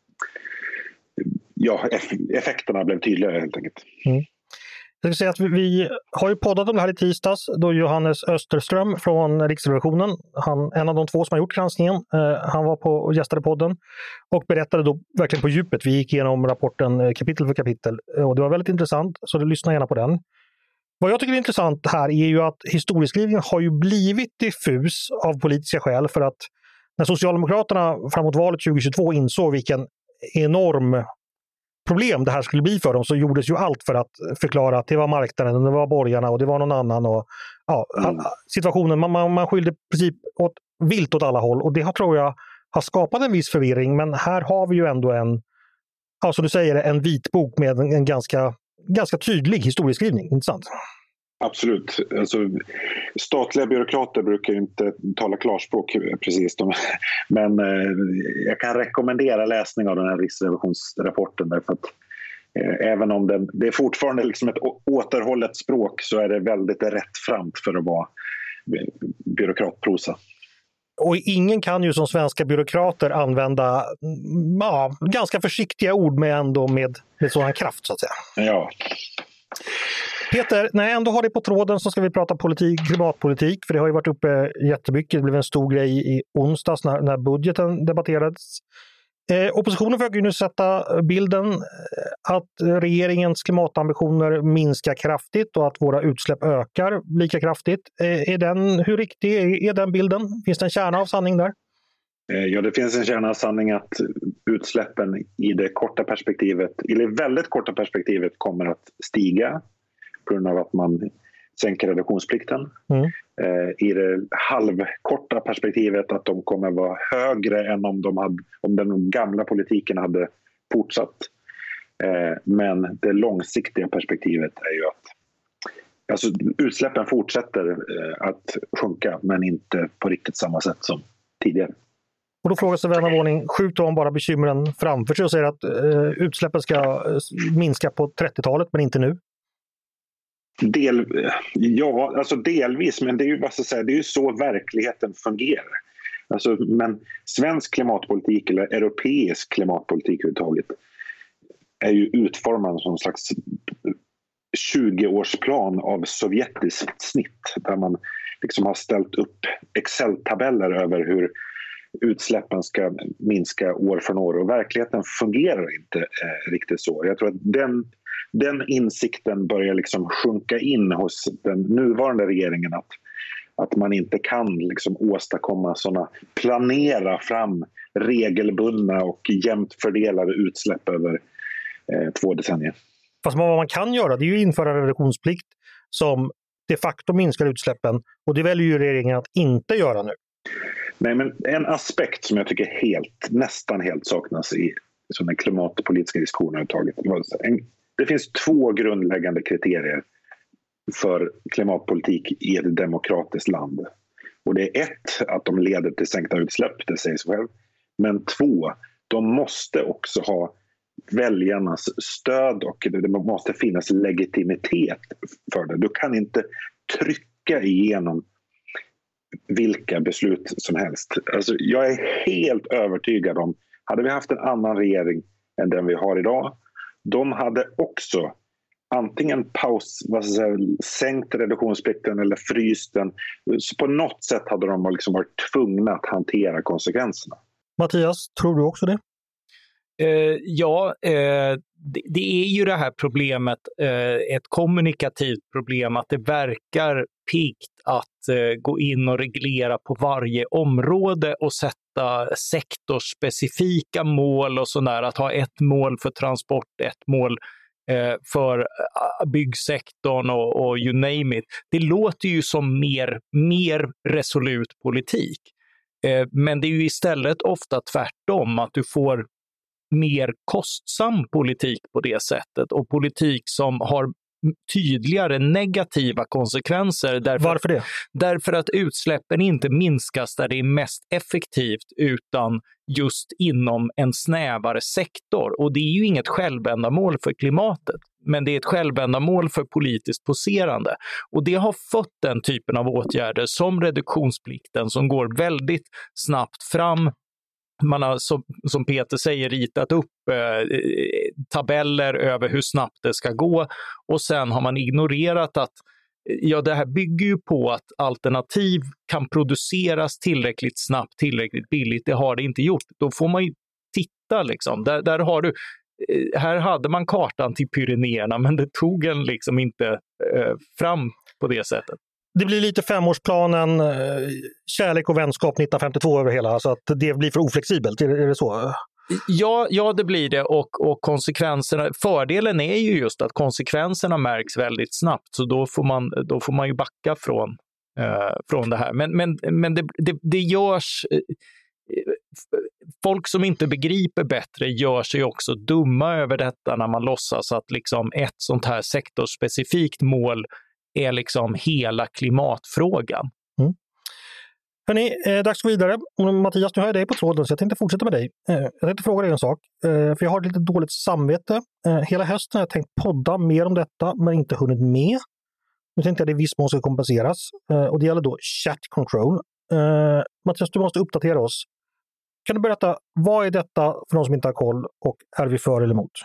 effekterna blev tydligare helt enkelt. Jag ska säga att vi har ju poddat om det här i tisdags då Johannes Österström från Riksrevisionen, en av de två som har gjort granskningen, han var på och gästade podden och berättade då verkligen på djupet. Vi gick igenom rapporten kapitel för kapitel och det var väldigt intressant, så lyssna gärna på den. Vad jag tycker är intressant här är ju att historieskrivningen har ju blivit diffus av politiska skäl, för att när Socialdemokraterna framåt valet 2022 insåg vilken enorm problem det här skulle bli för dem, så gjordes ju allt för att förklara att det var marknaden, det var borgarna och det var någon annan. Och, situationen, man skyllde i princip vilt åt alla håll, och det tror jag har skapat en viss förvirring. Men här har vi ju ändå som du säger, en vitbok med en ganska tydlig historieskrivning, inte sant? Absolut. Alltså, statliga byråkrater brukar ju inte tala klarspråk precis. Men jag kan rekommendera läsning av den här riksrevisionsrapporten, därför att även om det är fortfarande liksom ett återhållet språk, så är det väldigt rättframt för att vara byråkratprosa. Och ingen kan ju som svenska byråkrater använda ganska försiktiga ord med sådan kraft, så att säga. Ja. Peter, när jag ändå har det på tråden så ska vi prata klimatpolitik, för det har ju varit uppe jättemycket. Det blev en stor grej i onsdags när budgeten debatterades. Oppositionen försöker nu sätta bilden att regeringens klimatambitioner minskar kraftigt och att våra utsläpp ökar lika kraftigt. Hur riktig är den bilden? Finns det en kärna av sanning där? Ja, det finns en kärna av sanning att utsläppen i det korta perspektivet, i det väldigt korta perspektivet, kommer att stiga på grund av att man sänker reduktionsplikten. I det halvkorta perspektivet att de kommer vara högre än om den gamla politiken hade fortsatt. Men det långsiktiga perspektivet är ju att utsläppen fortsätter att sjunka, men inte på riktigt samma sätt som tidigare. Och då frågar sig vän av ordning, skjuter de bara bekymren framför sig och säger att utsläppen ska minska på 30-talet men inte nu? Delvis, men det är ju så verkligheten fungerar. Men svensk klimatpolitik eller europeisk klimatpolitik överhuvudtaget är ju utformad som en slags 20-årsplan av sovjetiskt snitt, där man liksom har ställt upp Excel-tabeller över hur utsläppen ska minska år från år, och verkligheten fungerar inte riktigt så. Jag tror att den insikten börjar liksom sjunka in hos den nuvarande regeringen, att man inte kan liksom åstadkomma planera fram regelbundna och jämnt fördelade utsläpp över 2 decennier. Fast vad man kan göra, det är ju införa reduktionsplikt som de facto minskar utsläppen, och det väljer ju regeringen att inte göra nu. Nej, men en aspekt som jag tycker nästan helt saknas i sådana klimatpolitiska diskussioner det finns 2 grundläggande kriterier för klimatpolitik i ett demokratiskt land. Och det är 1, att de leder till sänkta utsläpp, det säger sig själv. Men 2, de måste också ha väljarnas stöd och det måste finnas legitimitet för det. Du kan inte trycka igenom vilka beslut som helst. Jag är helt övertygad om, hade vi haft en annan regering än den vi har idag, de hade också antingen sänkt reduktionsplikten eller fryst den. Så på något sätt hade de liksom varit tvungna att hantera konsekvenserna. Mattias, tror du också det? Det är ju det här problemet, ett kommunikativt problem, att det verkar piggt att gå in och reglera på varje område och sätta sektorspecifika mål och sådär, att ha ett mål för transport, ett mål för byggsektorn och you name it. Det låter ju som mer resolut politik. Men det är ju istället ofta tvärtom, att du får mer kostsam politik på det sättet, och politik som har tydligare negativa konsekvenser. Varför det? Därför att utsläppen inte minskas där det är mest effektivt, utan just inom en snävare sektor. Och det är ju inget självändamål för klimatet, men det är ett självändamål för politiskt poserande. Och det har fått den typen av åtgärder som reduktionsplikten som går väldigt snabbt fram. Man har, som Peter säger, ritat upp tabeller över hur snabbt det ska gå, och sen har man ignorerat att det här bygger ju på att alternativ kan produceras tillräckligt snabbt, tillräckligt billigt. Det har det inte gjort. Då får man ju titta liksom. Där har du, här hade man kartan till Pyrenéerna, men det tog en liksom inte fram på det sättet. Det blir lite femårsplanen, kärlek och vänskap 1952 över hela, så att det blir för oflexibelt, är det så? Ja, det blir det, och konsekvenserna, fördelen är ju just att konsekvenserna märks väldigt snabbt, så då får man ju backa från det här. Men det görs, folk som inte begriper bättre gör sig också dumma över detta när man låtsas att liksom ett sånt här sektorspecifikt mål är liksom hela klimatfrågan. Hörrni, dags att gå vidare. Mattias, nu har jag dig på tråden, så jag tänkte fortsätta med dig. Jag tänkte fråga dig en sak, för jag har lite dåligt samvete. Hela hösten har jag tänkt podda mer om detta, men inte hunnit med. Nu tänkte jag att det i viss mån ska kompenseras. Och det gäller då chat control. Mattias, du måste uppdatera oss. Kan du berätta, vad är detta för någon som inte har koll, och är vi för eller emot?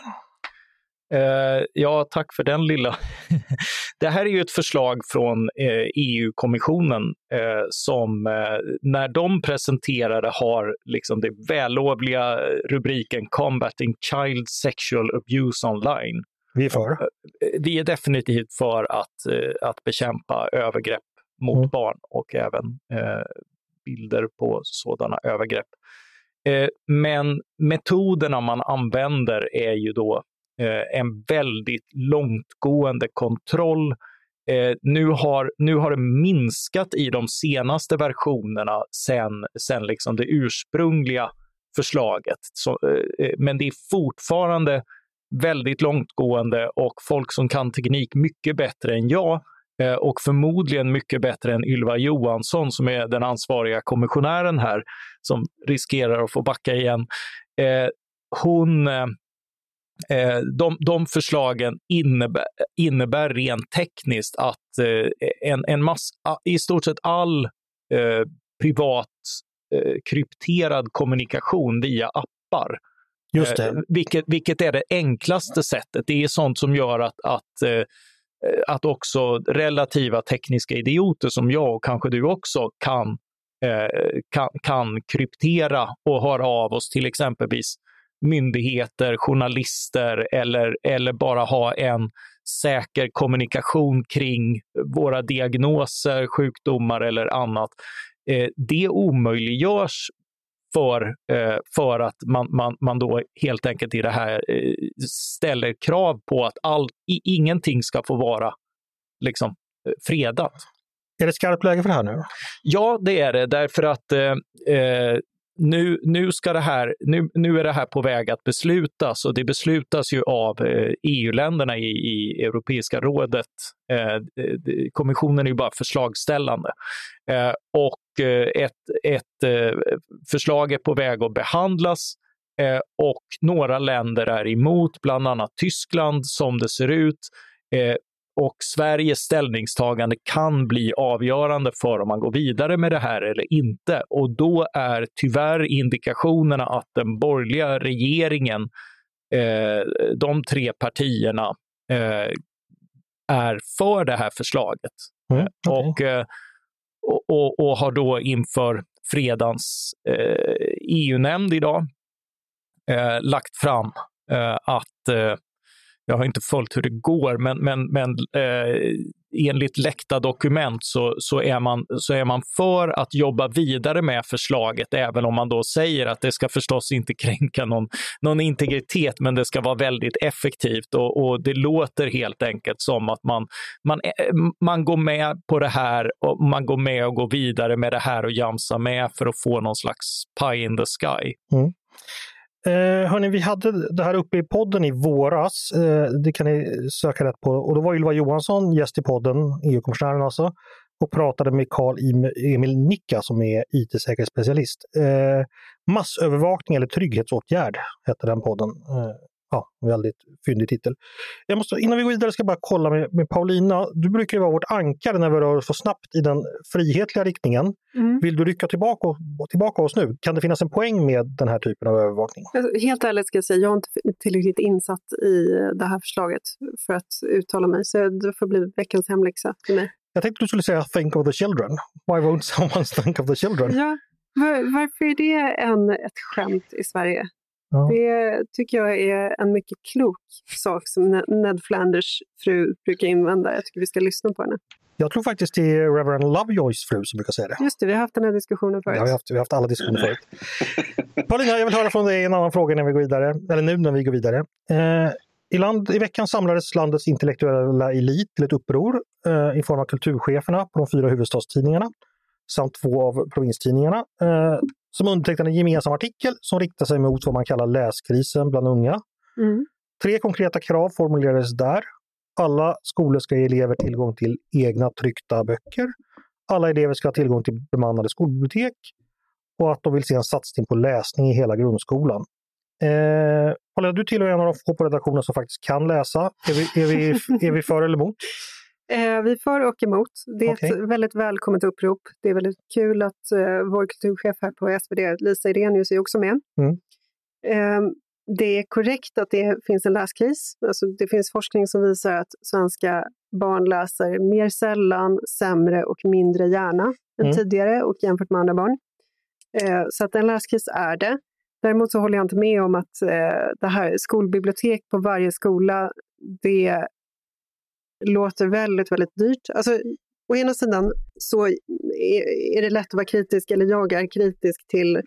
Ja, tack för den lilla. Det här är ju ett förslag från EU-kommissionen som när de presenterade har liksom det vällovliga rubriken Combating Child Sexual Abuse Online. Vi är för. Vi är definitivt för att bekämpa övergrepp mot barn, och även bilder på sådana övergrepp. Men metoderna man använder är ju då en väldigt långtgående kontroll. Nu har det minskat i de senaste versionerna sen liksom det ursprungliga förslaget. Men det är fortfarande väldigt långtgående, och folk som kan teknik mycket bättre än jag, och förmodligen mycket bättre än Ylva Johansson som är den ansvariga kommissionären här, som riskerar att få backa igen. De förslagen innebär rent tekniskt att i stort sett all privat krypterad kommunikation via appar, just det. Vilket är det enklaste sättet. Det är sånt som gör att också relativa tekniska idioter som jag, och kanske du också, kan kryptera och höra av oss till exempelvis myndigheter, journalister, eller bara ha en säker kommunikation kring våra diagnoser, sjukdomar eller annat. Det omöjliggörs för att man då helt enkelt i det här ställer krav på att ingenting ska få vara liksom fredat. Är det skarpt läge för det här nu? Ja, det är det, därför att nu är det här på väg att beslutas, och det beslutas ju av EU-länderna i Europeiska rådet. Kommissionen är ju bara förslagställande. Och ett förslag är på väg att behandlas, och några länder är emot, bland annat Tyskland som det ser ut. Och Sveriges ställningstagande kan bli avgörande för om man går vidare med det här eller inte. Och då är tyvärr indikationerna att den borgerliga regeringen, de tre partierna, är för det här förslaget. Okay. Och har då inför fredagens EU-nämnd idag lagt fram att jag har inte följt hur det går, men enligt läckta dokument så är man för att jobba vidare med förslaget, även om man då säger att det ska förstås inte kränka någon integritet, men det ska vara väldigt effektivt, och det låter helt enkelt som att man går med på det här, och man går med och går vidare med det här och jamsar med för att få någon slags pie in the sky. Hörni, vi hade det här uppe i podden i våras. Det kan ni söka rätt på. Och då var Ylva Johansson gäst i podden, EU-kommissionären alltså, och pratade med Carl Emil Nicka som är IT-säkerhetsspecialist. Massövervakning eller trygghetsåtgärd hette den podden. Väldigt fyndig titel. Innan vi går vidare ska jag bara kolla med Paulina. Du brukar ju vara vårt ankare när vi rör oss så snabbt i den frihetliga riktningen. Vill du rycka tillbaka oss nu? Kan det finnas en poäng med den här typen av övervakning? Helt ärligt ska jag säga, jag är inte tillräckligt insatt i det här förslaget för att uttala mig. Så det får bli veckans hemläxa för mig. Jag tänkte du skulle säga think of the children. Why won't someone think of the children? Ja, varför är det ett skämt i Sverige? Ja. Det tycker jag är en mycket klok sak som Ned Flanders fru brukar invända. Jag tycker vi ska lyssna på henne. Jag tror faktiskt det är Reverend Lovejoys fru som brukar säga det. Just det, vi har haft den här diskussionen förut. Ja, vi har haft alla diskussioner förut. Paulina, jag vill höra från dig en annan fråga när vi går vidare. Eller nu när vi går vidare. I veckan samlades landets intellektuella elit till ett uppror i form av kulturcheferna på de 4 huvudstadstidningarna samt 2 av provinstidningarna som undertecknade en gemensam artikel som riktar sig mot vad man kallar läskrisen bland unga. 3 konkreta krav formulerades där. Alla skolor ska ge elever tillgång till egna tryckta böcker. Alla elever ska ha tillgång till bemannade skolbibliotek. Och att de vill se en satsning på läsning i hela grundskolan. Paulina, du tillhör en av de få på redaktionen som faktiskt kan läsa. Är vi för eller emot? Vi är för och emot. Det är ett väldigt välkommet upprop. Det är väldigt kul att vår kulturchef här på SvD, Lisa Irenius, är också med. Det är korrekt att det finns en läskris. Alltså, det finns forskning som visar att svenska barn läser mer sällan, sämre och mindre gärna än tidigare och jämfört med andra barn. Så att en läskris är det. Däremot så håller jag inte med om att det här skolbibliotek på varje skola, det låter väldigt, väldigt dyrt. Alltså, å ena sidan så är det lätt att vara kritisk, eller jag är kritisk till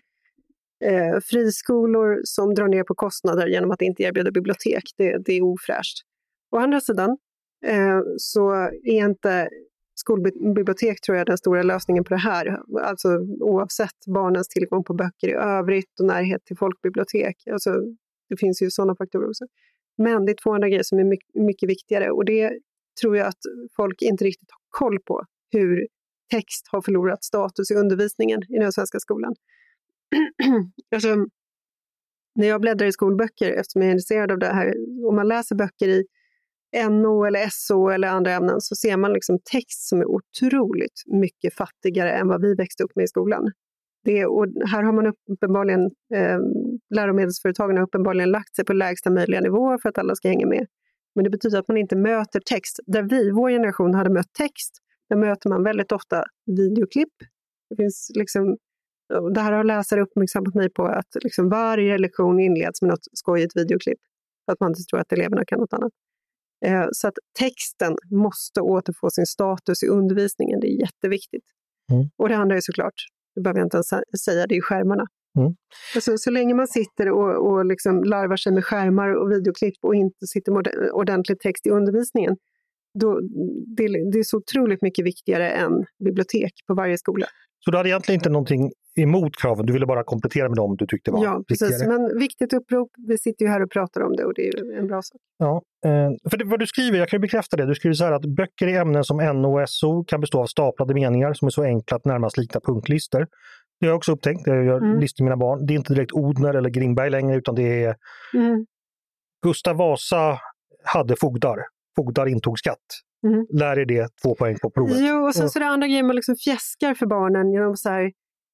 friskolor som drar ner på kostnader genom att inte erbjuda bibliotek. Det är ofräscht. Å andra sidan så är inte skolbibliotek, tror jag, den stora lösningen på det här. Alltså oavsett barnens tillgång på böcker i övrigt och närhet till folkbibliotek. Alltså, det finns ju sådana faktorer också. Men det är 2 andra grejer som är mycket, mycket viktigare, och det tror jag att folk inte riktigt har koll på, hur text har förlorat status i undervisningen i den svenska skolan. Alltså, när jag bläddrar i skolböcker, eftersom jag är intresserad av det här, om man läser böcker i NO eller SO eller andra ämnen, så ser man liksom text som är otroligt mycket fattigare än vad vi växte upp med i skolan. Och här har man uppenbarligen, läromedelsföretagen har uppenbarligen lagt sig på lägsta möjliga nivå för att alla ska hänga med. Men det betyder att man inte möter text. Där vår generation hade mött text, där möter man väldigt ofta videoklipp. Det finns liksom, det här har läsare uppmärksammat mig på, att liksom varje lektion inleds med något skojigt videoklipp. För att man inte tror att eleverna kan något annat. Så att texten måste återfå sin status i undervisningen. Det är jätteviktigt. Och det andra är såklart, det behöver jag inte ens säga, det är skärmarna. Alltså, så länge man sitter och liksom larvar sig med skärmar och videoklipp och inte sitter med ordentlig text i undervisningen, då, det är så otroligt mycket viktigare än bibliotek på varje skola. Så du hade egentligen inte någonting emot kraven, du ville bara komplettera med dem du tyckte var Ja, precis. Viktigare. Men viktigt upprop, vi sitter ju här och pratar om det, och det är ju en bra sak. Ja, för vad du skriver, jag kan ju bekräfta det, du skriver så här att böcker i ämnen som NO och SO kan bestå av staplade meningar som är så enkla att närmast likna punktlister. Det har jag också upptäckt, jag gör listor med mina barn. Det är inte direkt Odner eller Grimberg längre, utan det är Gustav Vasa hade fogdar. Fogdar intog skatt. Lär er det 2 poäng på provet. Jo, och sen så är det andra grejer man liksom fjäskar för barnen genom så här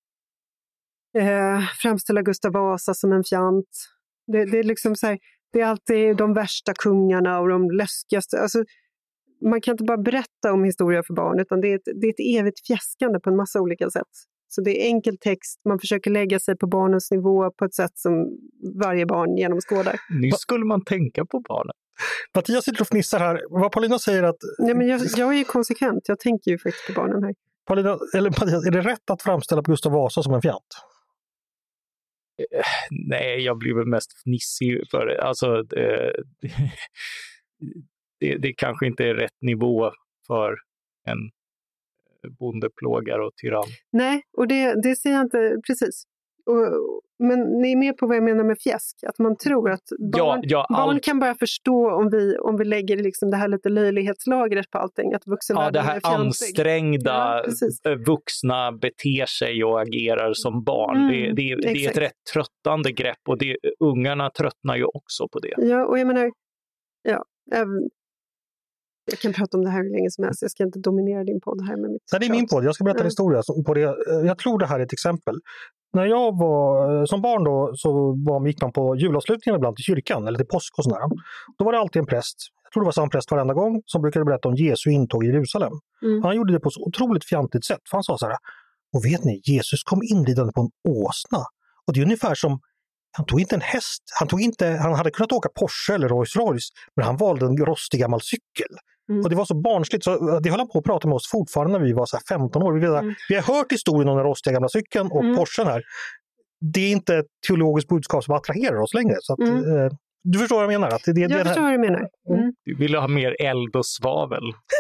framställa Gustav Vasa som en fjant. Det är liksom så här, det är alltid de värsta kungarna och de läskigaste. Alltså, man kan inte bara berätta om historia för barn, utan det är ett evigt fjäskande på en massa olika sätt. Så det är enkel text, man försöker lägga sig på barnens nivå på ett sätt som varje barn genomskådar. Nu skulle man tänka på barnen. Mattias sitter och fnissar här. Vad Paulina säger att... Nej, men jag är ju konsekvent, jag tänker ju faktiskt på barnen här. Paulina, eller Mattias, är det rätt att framställa Gustav Vasa som en fjant? Nej, jag blir väl mest fnissig för det. Alltså, det kanske inte är rätt nivå för en bondeplågare och tyrann. Nej, och det ser jag inte precis. Men ni är med på vad jag menar med fjäsk? Att man tror att barn kan bara förstå om vi lägger liksom det här lite löjlighetslagret på allting. Att det här ansträngda vuxna beter sig och agerar som barn. Det är ett rätt tröttande grepp och ungarna tröttnar ju också på det. Ja, och jag menar, jag kan prata om det här hur länge som helst. Jag ska inte dominera din podd här med mitt Nej, det är min podd. Jag ska berätta en historia på det. Jag tror det här är ett exempel. När jag var som barn då så gick man på julavslutningen ibland till kyrkan eller till påsk och sådär. Då var det alltid en präst. Jag tror det var samma präst varenda gång som brukade berätta om Jesu intåg i Jerusalem. Han gjorde det på så otroligt fjantigt sätt. För han sa så här: och vet ni, Jesus kom inridande på en åsna. Och det är ungefär som han tog inte en häst. Han hade kunnat åka Porsche eller Rolls Royce, men han valde en rostig gammal cykel. Och det var så barnsligt, så det höll han på att prata med oss fortfarande när vi var så här 15 år. Vi har hört historien om den rostiga gamla cykeln och Porschen här. Det är inte ett teologiskt budskap som attraherar oss längre. Så att, du förstår vad jag menar? Att jag förstår vad du menar. Du vill ha mer eld och svavel.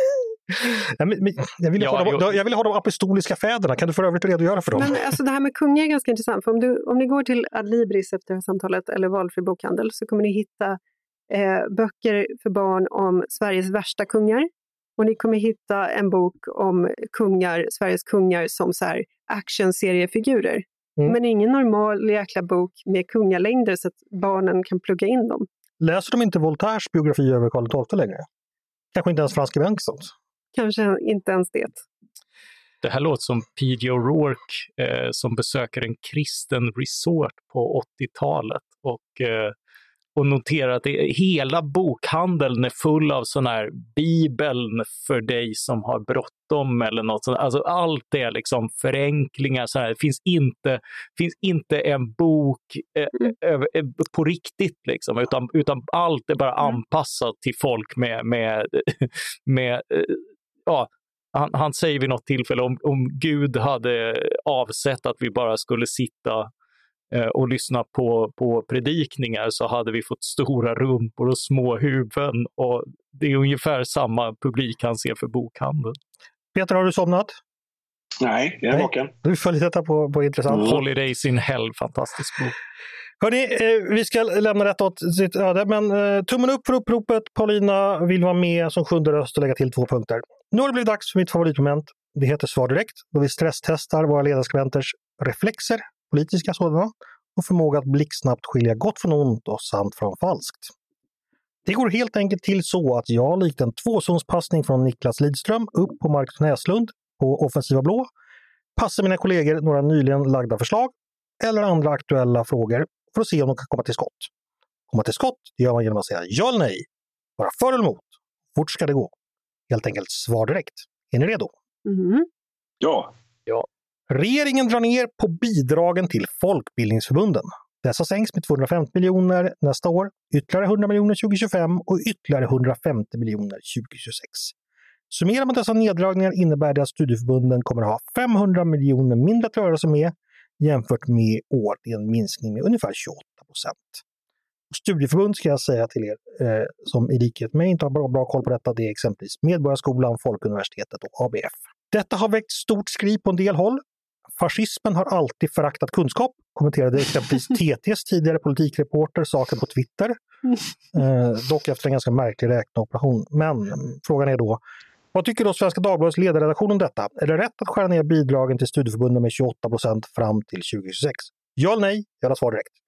Jag vill ha de apostoliska fäderna. Kan du för övrigt redogöra för dem? Men alltså, det här med kungar är ganska intressant. För om ni går till Adlibris efter det här samtalet eller valfri bokhandel så kommer ni hitta böcker för barn om Sveriges värsta kungar. Och ni kommer hitta en bok om Sveriges kungar som så här actionseriefigurer. Men ingen normal jäkla bok med kungalängder så att barnen kan plugga in dem. Läser de inte Voltaires biografi över Karl XII längre? Kanske inte ens Franske Bengtssons? Kanske inte ens det. Det här låter som P.J. O'Rourke som besöker en kristen resort på 80-talet och noterar att hela bokhandeln är full av sån här Bibeln för dig som har bråttom eller något sånt. Alltså allt är liksom förenklingar. Så här. Det finns inte en bok på riktigt liksom, utan allt är bara anpassat till folk med han säger vid något tillfälle om Gud hade avsett att vi bara skulle sitta och lyssna på predikningar så hade vi fått stora rumpor och små huvuden, och det är ungefär samma publik han ser för bokhandeln. Peter, har du somnat? Nej, jag är vaken. Du följer detta på intressant. Holidays in Hell, fantastisk bok. Hörrni, vi ska lämna detta åt sitt öde, men tummen upp för uppropet. Paulina vill vara med som 7:e röst och lägga till 2 punkter. Nu har det blivit dags för mitt favoritmoment. Det heter Svar direkt, då vi stresstestar våra ledarskribenters reflexer, politiska sådana, och förmåga att blixtsnabbt skilja gott från ont och sant från falskt. Det går helt enkelt till så att jag likt en 2-zonspassning från Niklas Lidström upp på Marcus Näslund på offensiva blå passar mina kollegor några nyligen lagda förslag eller andra aktuella frågor för att se om de kan komma till skott. Komma till skott, det gör man genom att säga ja eller nej, vara för eller emot, fort ska det gå. Helt enkelt svar direkt. Är ni redo? Ja. Regeringen drar ner på bidragen till folkbildningsförbunden. Dessa sänks med 250 miljoner nästa år, ytterligare 100 miljoner 2025 och ytterligare 150 miljoner 2026. Summerar man dessa neddragningar innebär det att studieförbunden kommer att ha 500 miljoner mindre att röra sig med jämfört med år. Det är en minskning med ungefär 28%. Studieförbund ska jag säga till er som i likhet med inte har bra koll på detta, det är exempelvis Medborgarskolan, Folkuniversitetet och ABF. Detta har väckt stort skri på en del håll. Fascismen har alltid föraktat kunskap, kommenterade exempelvis TT:s tidigare politikreporter saken på Twitter. Dock efter en ganska märklig räkneoperation. Men frågan är då, vad tycker då Svenska Dagbladets ledarredaktion om detta? Är det rätt att skära ner bidragen till studieförbunden med 28% fram till 2026? Ja eller nej? Jag svar direkt.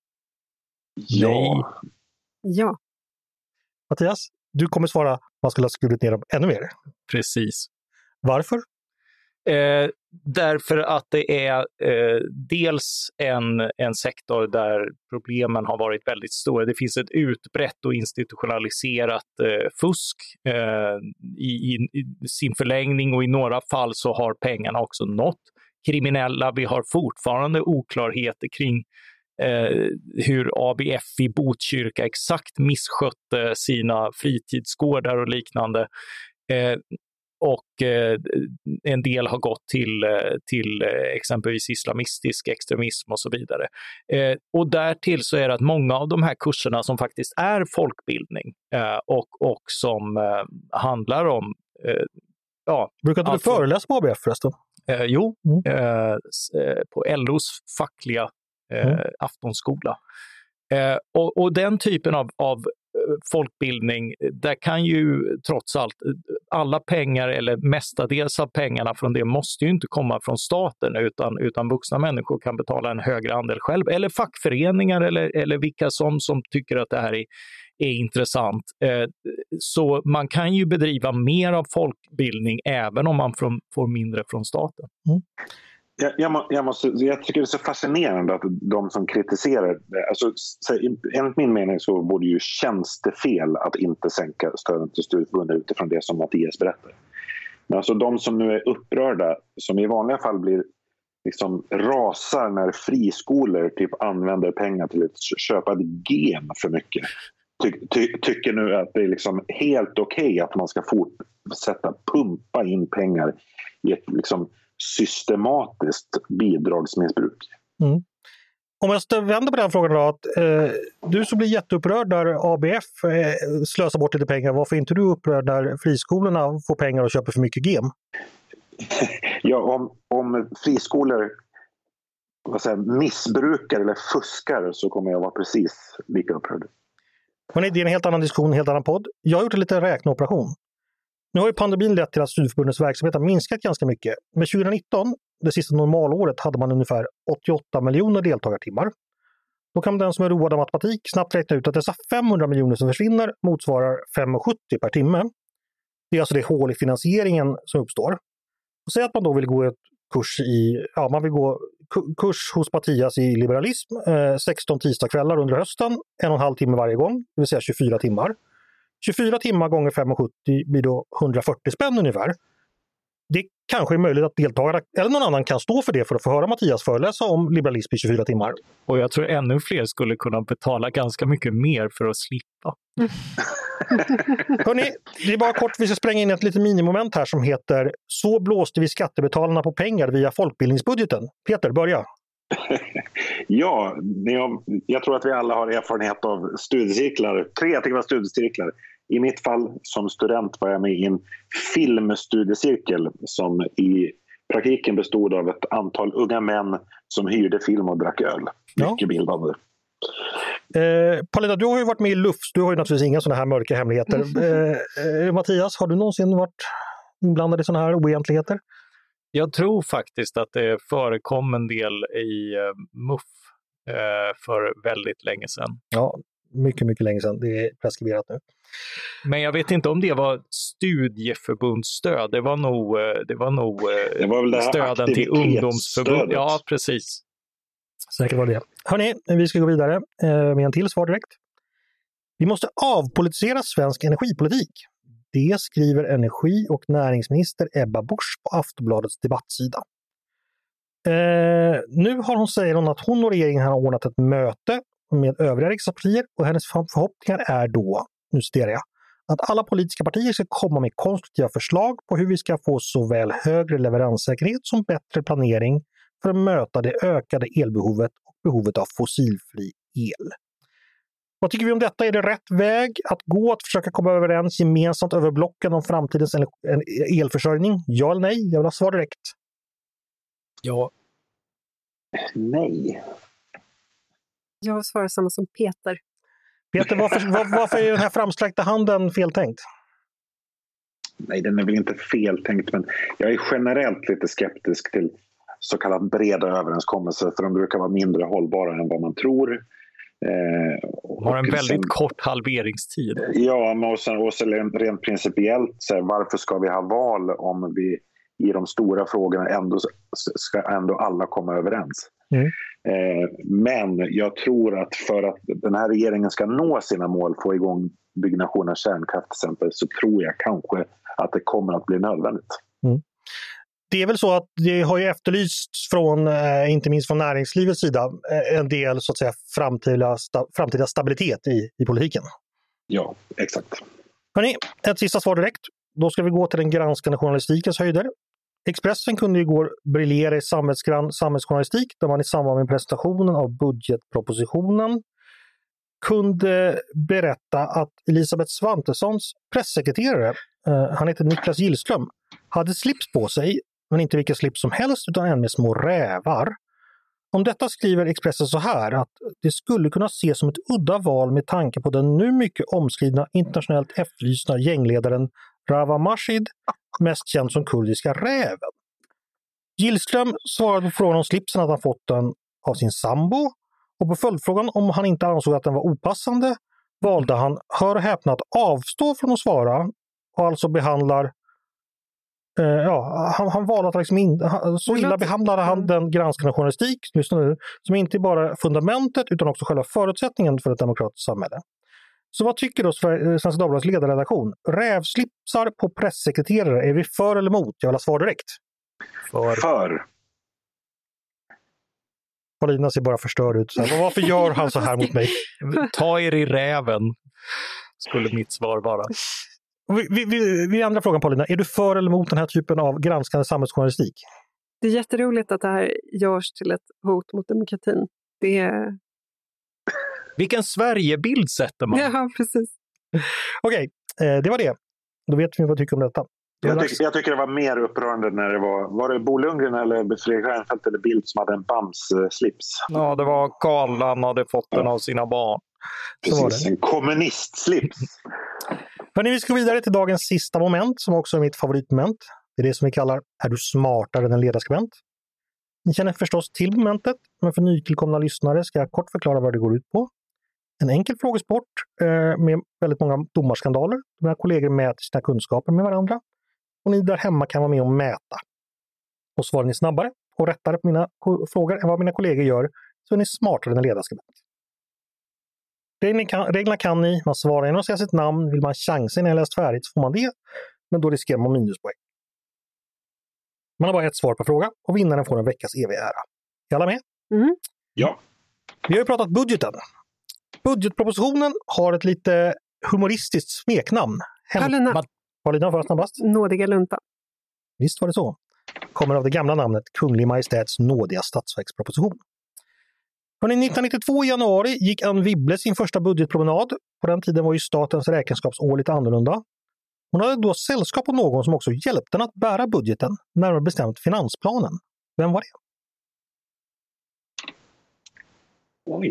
Ja. Mattias, du kommer svara man skulle ha skurit ner dem ännu mer. Precis. Varför? Därför att det är dels en sektor där problemen har varit väldigt stora. Det finns ett utbrett och institutionaliserat fusk i sin förlängning, och i några fall så har pengarna också nått kriminella. Vi har fortfarande oklarheter kring hur ABF i Botkyrka exakt misskötte sina fritidsgårdar och liknande. Och en del har gått till exempelvis islamistisk extremism och så vidare. Och därtill så är det att många av de här kurserna som faktiskt är folkbildning och som handlar om... Brukar inte du föreläsa på ABF förresten? På LOs fackliga aftonskola. Och den typen av folkbildning, där kan ju trots allt alla pengar eller mestadels av pengarna från det måste ju inte komma från staten, utan vuxna människor kan betala en högre andel själv, eller fackföreningar eller vilka som tycker att det här är intressant. Så man kan ju bedriva mer av folkbildning även om man får mindre från staten. Jag tycker det är så fascinerande att de som kritiserar det, alltså, enligt min mening så borde ju tjänstefel att inte sänka stöden till studieförbunden utifrån det som Mattias berättar. Men alltså de som nu är upprörda, som i vanliga fall blir liksom rasar när friskolor typ använder pengar till att köpa ett gem för mycket, tycker nu att det är liksom helt okej att man ska fortsätta pumpa in pengar i ett liksom systematiskt bidragsmissbruk. Om jag vänder på den frågan då, att du som blir jätteupprörd när ABF slösar bort lite pengar, varför är inte du upprörd när friskolorna får pengar och köper för mycket gem? Ja, om friskolor missbrukar eller fuskar så kommer jag vara precis lika upprörd. Men det är en helt annan diskussion, en helt annan podd. Jag har gjort en liten räkneoperation. Nu har ju pandemin lett till att studieförbundens verksamhet har minskat ganska mycket. Men 2019, det sista normalåret, hade man ungefär 88 miljoner deltagartimmar. Då kan den som är road av matematik snabbt räkna ut att dessa 500 miljoner som försvinner motsvarar 5,70 per timme. Det är alltså det hål i finansieringen som uppstår. Och säg att man då vill gå man vill gå kurs hos Mattias i liberalism, 16 tisdagskvällar under hösten, 1,5 timme varje gång, det vill säga 24 timmar. 24 timmar gånger 5,70 blir då 140 spänn ungefär. Det kanske är möjligt att deltagarna eller någon annan kan stå för det för att få höra Mattias föreläsa om liberalism i 24 timmar. Och jag tror ännu fler skulle kunna betala ganska mycket mer för att slippa. Hörrni, det är bara kort, vi ska spränga in ett litet minimoment här som heter Så blåste vi skattebetalarna på pengar via folkbildningsbudgeten. Peter, börja. Ja, jag tror att vi alla har erfarenhet av studiecirklar, kreativa studiecirklar. I mitt fall som student var jag med i en filmstudiecirkel som i praktiken bestod av ett antal unga män som hyrde film och drack öl. Mycket bildande. Paulina, du har ju varit med i Lufs, du har ju naturligtvis inga sådana här mörka hemligheter. Mattias, har du någonsin varit inblandad i sådana här oegentligheter? Jag tror faktiskt att det förekom en del i MUF för väldigt länge sedan. Ja, mycket länge sedan. Det är preskriberat nu. Men jag vet inte om det var studieförbundsstöd. Det var nog stöden till ungdomsförbund. Ja, precis. Säkert var det. Hörrni, vi ska gå vidare med en till svar direkt. Vi måste avpolitisera svensk energipolitik. Det skriver energi- och näringsminister Ebba Busch på Aftonbladets debattsida. Nu säger hon att hon och regeringen har ordnat ett möte med övriga riksdagspartier och hennes förhoppningar är då, nu citerar jag, att alla politiska partier ska komma med konstruktiva förslag på hur vi ska få såväl högre leveranssäkerhet som bättre planering för att möta det ökade elbehovet och behovet av fossilfri el. Vad tycker vi om detta? Är det rätt väg att gå att försöka komma överens gemensamt över blocken om framtidens elförsörjning? Ja eller nej? Jag vill ha svar direkt. Ja. Nej. Jag svarar samma som Peter. Peter, varför är den här framsträckta handen feltänkt? Nej, den är väl inte feltänkt, men jag är generellt lite skeptisk till så kallade breda överenskommelser, för de brukar vara mindre hållbara än vad man tror. Har en väldigt kort halveringstid. Ja, och sen rent principiellt, varför ska vi ha val om vi i de stora frågorna ska alla komma överens? Men jag tror att för att den här regeringen ska nå sina mål, få igång byggnation av kärnkraft till exempel, så tror jag kanske att det kommer att bli nödvändigt. Det är väl så att det har ju efterlysts från, inte minst från näringslivets sida, en del så att säga framtida stabilitet i politiken. Ja, exakt. Hörrni, ett sista svar direkt. Då ska vi gå till den granskande journalistikens höjder. Expressen kunde igår briljera i samhällsjournalistik där man i samband med presentationen av budgetpropositionen kunde berätta att Elisabeth Svantessons pressekreterare, han heter Niklas Gillström, hade slips på sig, men inte vilken slips som helst utan en med små rävar. Om detta skriver Expressen så här att det skulle kunna ses som ett udda val med tanke på den nu mycket omskrivna internationellt efterlysna gängledaren Rawa Mashid, mest känd som kurdiska räven. Gillström svarade på frågan om slipsen att han fått den av sin sambo, och på följdfrågan om han inte ansåg att den var opassande valde han, hör och häpna, att avstå från att svara, och alltså behandlar han valde att liksom så illa behandlade han den granskande journalistik, lyssna nu, som inte bara fundamentet utan också själva förutsättningen för ett demokratiskt samhälle. Så vad tycker då Svenska Dagbladets ledarredaktion? Rävslipsar på presssekreterare, är vi för eller emot? Jag vill ha svar direkt. För. Paulina ser bara förstörd ut. Varför gör han så här mot mig? Ta er i räven, skulle mitt svar vara. Vi andra frågan, Paulina. Är du för eller emot den här typen av granskande samhällsjournalistik? Det är jätteroligt att det här görs till ett hot mot demokratin. Vilken Sverigebild sätter man? Ja, precis. Okej, det var det. Då vet vi vad du tycker om detta. Jag tycker det var mer upprörande när det var det Bo Lundgren eller Fredrik Reinfeldt eller Bildt som hade en Bams-slips? Ja, det var Karl, han hade fått den av sina barn. Precis, en kommunistslips. Hörrni, vi ska gå vidare till dagens sista moment som också är mitt favoritmoment. Det är det som vi kallar Är du smartare än en ledarskribent? Ni känner förstås till momentet, men för nytillkomna lyssnare ska jag kort förklara vad det går ut på. En enkel frågesport med väldigt många domarskandaler. Mina kollegor mäter sina kunskaper med varandra. Och ni där hemma kan vara med och mäta. Och svarar ni snabbare och rättare på mina frågor än vad mina kollegor gör, så är ni smartare än en ledarskribent. Reglerna kan ni. Man svarar genom att säga sitt namn. Vill man chansen när jag läst färdigt så får man det. Men då riskerar man minuspoäng. Man har bara ett svar på fråga och vinnaren får en veckas eviga ära. Är alla med? Mm. Ja. Vi har ju pratat budgeten. Budgetpropositionen har ett lite humoristiskt smeknamn. Paulina var snabbast. Nådiga lunta. Visst var det så. Kommer av det gamla namnet Kunglig Majestäts nådiga statsverksproposition. 1992 i januari gick Anne Wibble sin första budgetpromenad. På den tiden var ju statens räkenskapsår lite annorlunda. Hon hade då sällskap av någon som också hjälpte henne att bära budgeten, närmare bestämt finansplanen. Vem var det? Oj.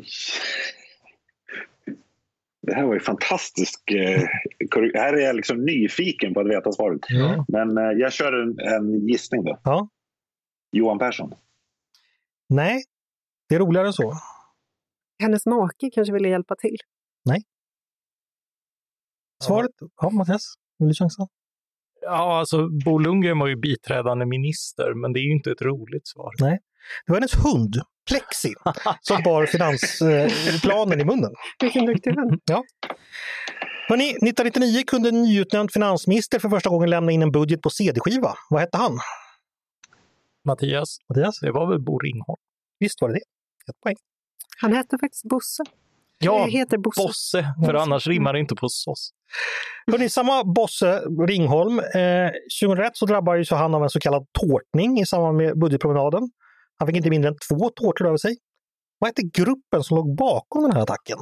Det här var ju fantastiskt. Här är jag liksom nyfiken på att veta svaret. Ja. Men jag kör en gissning då. Ja. Johan Persson. Nej, det är roligare än så. Hennes make kanske ville hjälpa till. Nej. Svaret? Ja, Mattias, vill du chansa? Ja, alltså Bo Lundgren var ju biträdande minister, men det är ju inte ett roligt svar. Nej, det var hennes hund, Plexi, som bar finansplanen i munnen. Vilken duktig vän. Ja. Hörrni, 1999 kunde en nyutnämnd finansminister för första gången lämna in en budget på CD-skiva. Vad hette han? Mattias, det var väl Bo Ringholm? Visst var det det. Ett poäng. Han hette faktiskt Bosse. Ja, heter Bosse, för annars rimmar det inte på sås. Hörrni, samma Bosse Ringholm, 2001 så drabbade ju så han av en så kallad tårtning i samband med budgetpromenaden. Han fick inte mindre än 2 tårtor över sig. Vad hette gruppen som låg bakom den här attacken?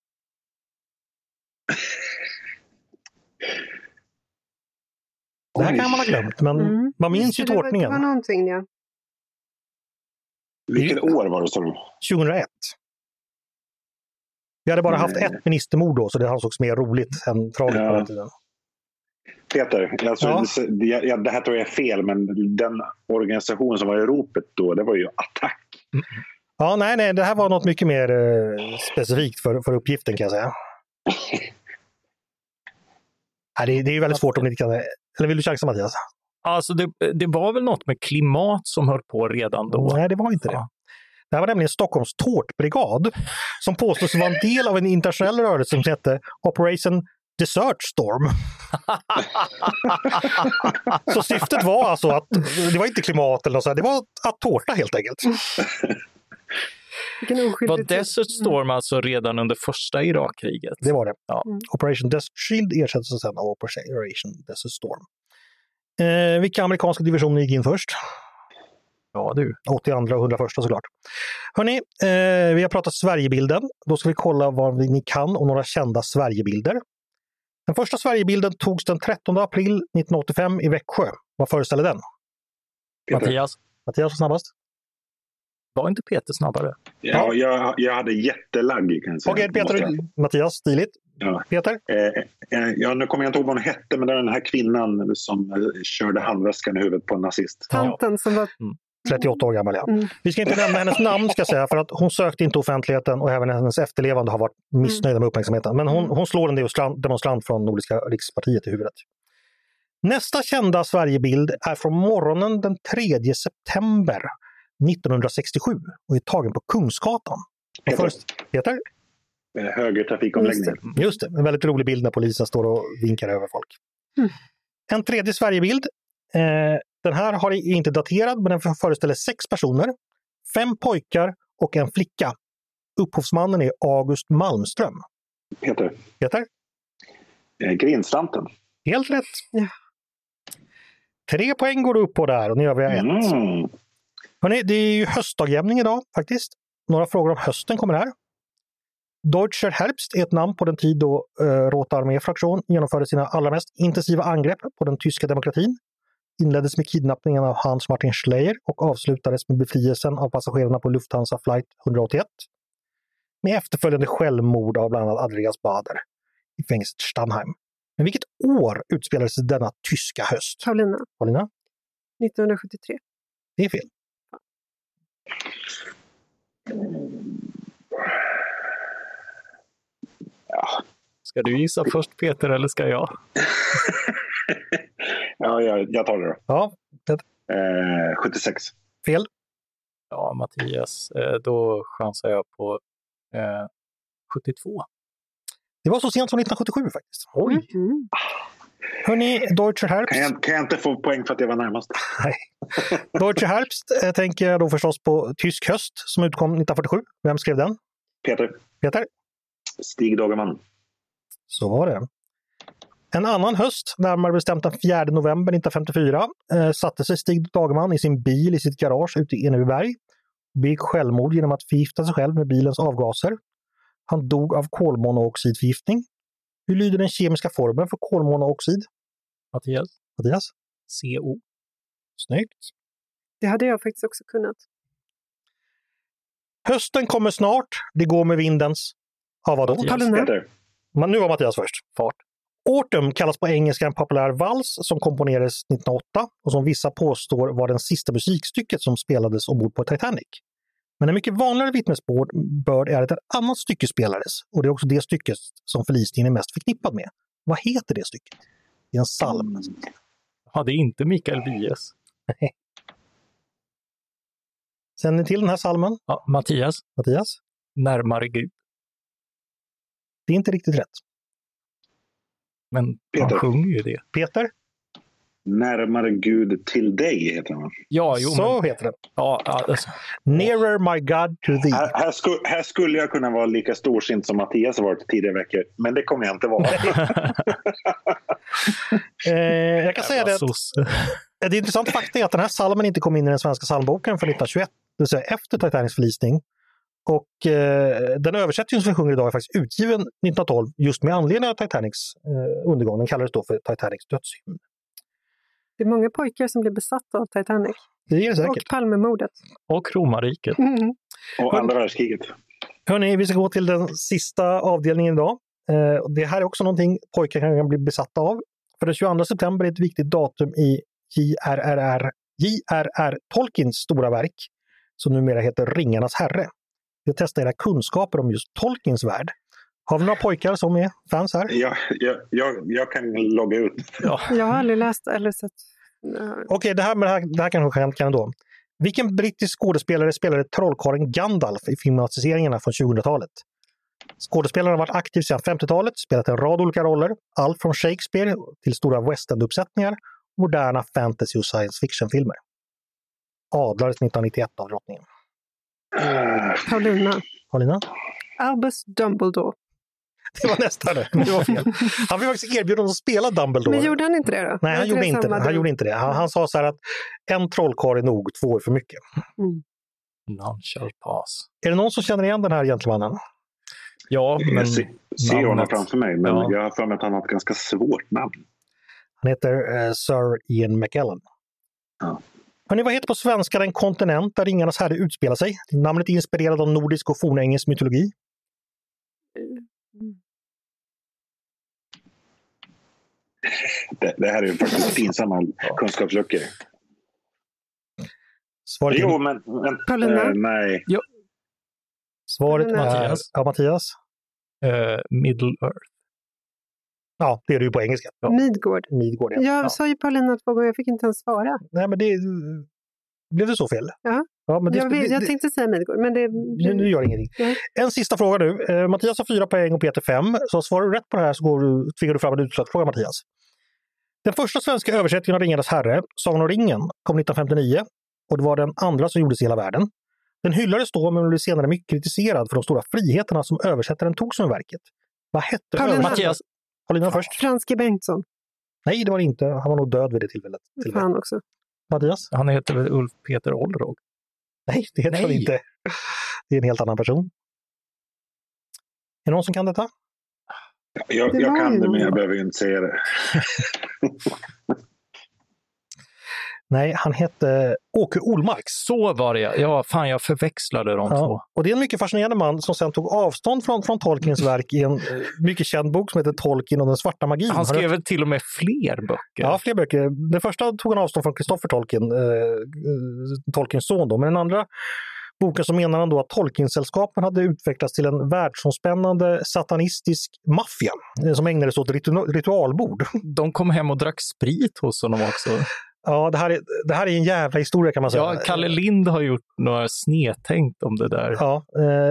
Det här kan man ha glömt, men man minns ju tårtningen. Det var någonting, ja. Vilket år var det, sa du? 2001. Vi hade bara haft ett ministermord då, så det ansågs mer roligt än tragiskt på den tiden. Peter, det här tror jag är fel, men den organisation som var i ropet då, det var ju Attack. Ja, nej, det här var något mycket mer specifikt för uppgiften, kan jag säga. Nej, det är ju väldigt svårt om ni inte kan... Eller vill du chansa, Mattias? Alltså det var väl något med klimat som höll på redan då? Nej, det var inte det. Det här var nämligen Stockholms tårtbrigad som påstås vara en del av en internationell rörelse som hette Operation Desert Storm. Så syftet var alltså att det var inte klimat eller något sådär, det var att tårta helt enkelt. Var Desert Storm alltså redan under första Irakkriget? Det var det. Ja. Operation Desert Shield ersattes sedan av Operation Desert Storm. Vilka amerikanska divisioner gick in först? Ja, du. 82 och 101 såklart. Hörrni, vi har pratat Sverigebilden. Då ska vi kolla vad ni kan om några kända Sverigebilder. Den första Sverigebilden togs den 13 april 1985 i Växjö. Vad föreställer den? Mattias var snabbast. Var inte Peter snabbare? Ja, jag hade jättelagg kan jag säga. Okej, Peter, Mattias, stiligt. Ja. Peter? Nu kommer jag inte ihåg vad hon hette, men det är den här kvinnan som körde handväskan i huvudet på en nazist. Tanten som var... 38 år gammal, ja. Vi ska inte nämna hennes namn, ska jag säga, för att hon sökte inte offentligheten och även hennes efterlevande har varit missnöjda med uppmärksamheten. Men hon slår en demonstrant från Nordiska rikspartiet i huvudet. Nästa kända Sverigebild är från morgonen den 3 september 1967 och är tagen på Kungsgatan. Peter? Högertrafikomläggning. Just det, en väldigt rolig bild när polisen står och vinkar över folk. En tredje Sverigebild. Den här har inte daterad, men den föreställer 6 personer, 5 pojkar och en flicka. Upphovsmannen är August Malmström. Peter? Grindslanten. Helt rätt. Ja. 3 poäng går upp på där och ni övriga 1. Hörrni, det är ju höstdagjämning idag faktiskt. Några frågor om hösten kommer här. Deutscher Herbst är ett namn på den tid då Rote Armee-fraktion genomförde sina allra mest intensiva angrepp på den tyska demokratin. Inleddes med kidnappningen av Hans Martin Schleyer och avslutades med befrielsen av passagerarna på Lufthansa Flight 181. Med efterföljande självmord av bland annat Andreas Bader i fängelset Stammheim. Men vilket år utspelades denna tyska höst? Paulina? 1973. Det är fel. Ja. Ska du gissa först, Peter, eller ska jag? Ja, jag tar det då. Ja, 76. Fel. Ja, Mattias, då chansar jag på 72. Det var så sent som 1977 faktiskt. Oj! Hörrni, Deutscher Herbst... Kan jag inte få poäng för att jag var närmast? Nej. Deutscher Herbst tänker jag då förstås på Tysk höst som utkom 1947. Vem skrev den? Peter? Stig Dagerman. Så var det. En annan höst, närmare bestämt den 4 november 1954, satte sig Stig Dagerman i sin bil i sitt garage ute i Enebyberg och begick självmord genom att förgifta sig själv med bilens avgaser. Han dog av kolmonooxidförgiftning. Hur lyder den kemiska formeln för kolmonooxid? Mattias? CO. Snyggt. Det hade jag faktiskt också kunnat. Hösten kommer snart. Det går med vindens... Ja, vadå? Men nu var Mattias först. Fart. Autumn kallas på engelska en populär vals som komponerades 1908 och som vissa påstår var den sista musikstycket som spelades ombord på Titanic. Men en mycket vanligare vittnesbörd är att ett annat stycke spelades och det är också det stycket som förlisningen är mest förknippad med. Vad heter det stycket? Det är en psalm. Ja, det är inte Mikael Wiehes. Nej. Sen ni till den här psalmen? Ja, Mattias? Närmare Gud. Det är inte riktigt rätt. Men Peter. man sjunger ju det. Peter? Närmare Gud till dig heter den. Ja, så heter den. Ja, alltså. Nearer my God to thee. Här skulle jag kunna vara lika storsint som Mattias har varit tidigare veckor. Men det kommer jag inte vara. Jag kan säga det. Det är intressant fakta är att den här psalmen inte kom in i den svenska psalmboken för 1921. Det vill säga efter Titanics förlisning. Och den översättning som vi sjunger idag är faktiskt utgiven 1912 just med anledning av Titanics undergång. Den kallades då för Titanics dödshymn. Det är många pojkar som blir besatta av Titanic. Det är det säkert. Och Palmemordet. Och Romarriket. Och andra världskriget. Hörrni, vi ska gå till den sista avdelningen idag. Det här är också någonting pojkar kan bli besatta av. För den 22 september är ett viktigt datum i J.R.R. Tolkiens stora verk som numera heter Ringarnas herre. Jag testar era kunskaper om just Tolkiens värld. Har vi några pojkar som är fans här? Jag kan logga ut. Ja. Jag har aldrig läst eller sett. Okej, det här kan ändå. Vilken brittisk skådespelare spelade trollkarlen Gandalf i filmatiseringarna från 2000-talet? Skådespelaren har varit aktiv sedan 50-talet, spelat en rad olika roller, allt från Shakespeare till stora western-uppsättningar, moderna fantasy- och science fiction-filmer. Adlades 1991 av drottningen. Paulina? Albus Dumbledore. Det var nästan det. Det var fel. Han fick faktiskt erbjuda att spela Dumbledore. Men gjorde han inte det då? Nej, han gjorde inte det. Han sa så här att en trollkarl är nog, 2 är för mycket. None shall pass. Är det någon som känner igen den här gentlemannen? Ja, men... Jag ser honom framför mig, men jag har för mig att han har ett ganska svårt namn. Han heter Sir Ian McKellen. Ja. Hörrni, vad heter på svenska den kontinent där Ringarnas herre utspelar sig? Namnet är inspirerad av nordisk och fornengelsk mytologi. Det här är ju faktiskt pinsamma kunskapsluckor. Svaret Jo, men nej. Jo. Svaret är Mattias. Ja, Mattias. Middle Earth. Ja, det är det ju på engelska. Ja. Midgård. Midgård, ja. Jag sa ju Paulina 2 gånger, jag fick inte ens svara. Nej, men det... Blev det så fel? Ja. Ja, men Jag tänkte säga Midgård, men det... Nu gör ingenting. Nej. En sista fråga nu. Mattias har 4 poäng och Peter 5. Så svarar du rätt på det här så tvingar du fram en utslagsfråga, Mattias. Den första svenska översättningen av Ringarnas herre, Sagan om ringen, kom 1959. Och det var den andra som gjordes i hela världen. Den hyllades då, men blev senare mycket kritiserad för de stora friheterna som översättaren tog som verket. Vad hette Paulina. Mattias. Paulina först. Frans G. Bengtsson. Nej, det var det inte. Han var nog död vid det tillfället. Fan också. Mattias? Han heter väl Ulf Peter Olrog? Nej, det heter han inte. Det är en helt annan person. Är det någon som kan detta? Jag kan det, men jag behöver inte säga det. Nej, han hette Åke Olmark. Så var det, ja. Fan, jag förväxlade de två. Och det är en mycket fascinerande man som sen tog avstånd från Tolkiens verk i en mycket känd bok som heter Tolkien och den svarta magin. Han skrev väl till och med fler böcker? Ja, fler böcker. Den första tog han avstånd från Christopher Tolkien, Tolkiens son då. Men den andra boken så menar han då att Tolkien-sällskapen hade utvecklats till en världsomspännande satanistisk maffia som ägnade sig åt ritualbord. De kom hem och drack sprit hos honom också. Ja, det här är en jävla historia kan man säga. Ja, Kalle Lind har gjort några snedtänkt om det där. Ja,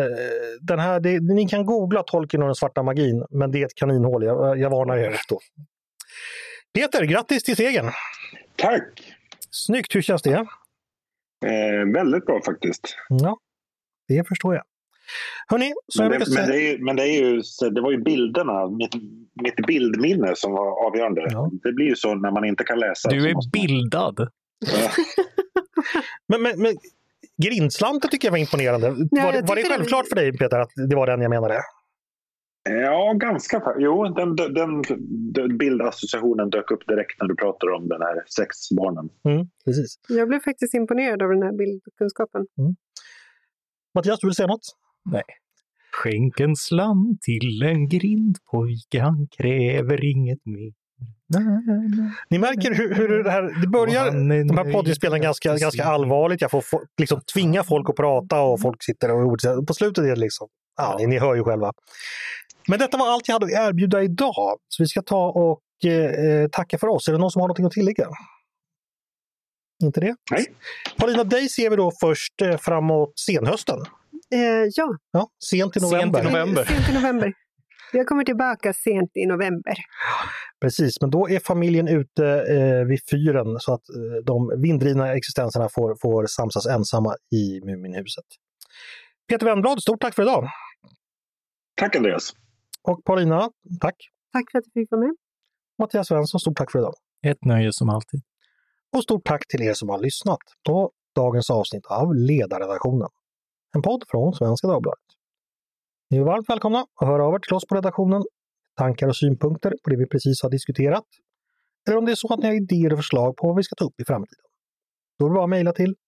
ni kan googla Tolkien och den svarta magin, men det är ett kaninhål. Jag varnar er då. Peter, grattis till segern. Tack! Snyggt, hur känns det? Väldigt bra faktiskt. Ja, det förstår jag. Hörrni, det var ju bilderna, mitt bildminne som var avgörande. Ja. Det blir ju så när man inte kan läsa. Du är bildad. Ja. men Grindslanten tycker jag var imponerande. Var det självklart för dig, Peter, att det var den jag menade? Ja, ganska. Jo, den bildassociationen dök upp direkt när du pratade om den här sexbarnen. Precis. Jag blev faktiskt imponerad av den här bildkunskapen. Mattias, du vill säga något? Nej. Skänk en slant till en grindpojke, han kräver inget mer. Ni märker hur det här, det börjar, de här poddinspelen ganska allvarligt. Jag får liksom tvinga folk att prata och folk sitter och på slutet är det liksom, ni hör ju själva. Men detta var allt jag hade att erbjuda idag. Så vi ska ta och tacka för oss. Är det någon som har något att tillägga? Inte det? Nej. Paulina, dig ser vi då först framåt senhösten. Ja, sent i november. Sent i november. Jag kommer tillbaka sent i november. Precis, men då är familjen ute vid fyren så att de vinddrivna existenserna får samsas ensamma i Muminhuset. Peter Wennblad, stort tack för idag. Tack Andreas. Och Paulina, tack. Tack för att du fick vara med. Mattias Svensson, stort tack för idag. Ett nöje som alltid. Och stort tack till er som har lyssnat på dagens avsnitt av Ledarredaktionen. En podd från Svenska Dagbladet. Ni är varmt välkomna att höra av er till oss på redaktionen. Tankar och synpunkter på det vi precis har diskuterat. Eller om det är så att ni har idéer och förslag på vad vi ska ta upp i framtiden. Då är det bara att mejla till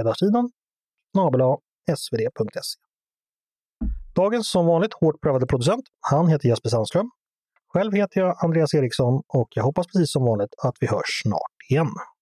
ledarsidan@svd.se. Dagens som vanligt hårt prövade producent, han heter Jesper Sandström. Själv heter jag Andreas Eriksson och jag hoppas precis som vanligt att vi hörs snart igen.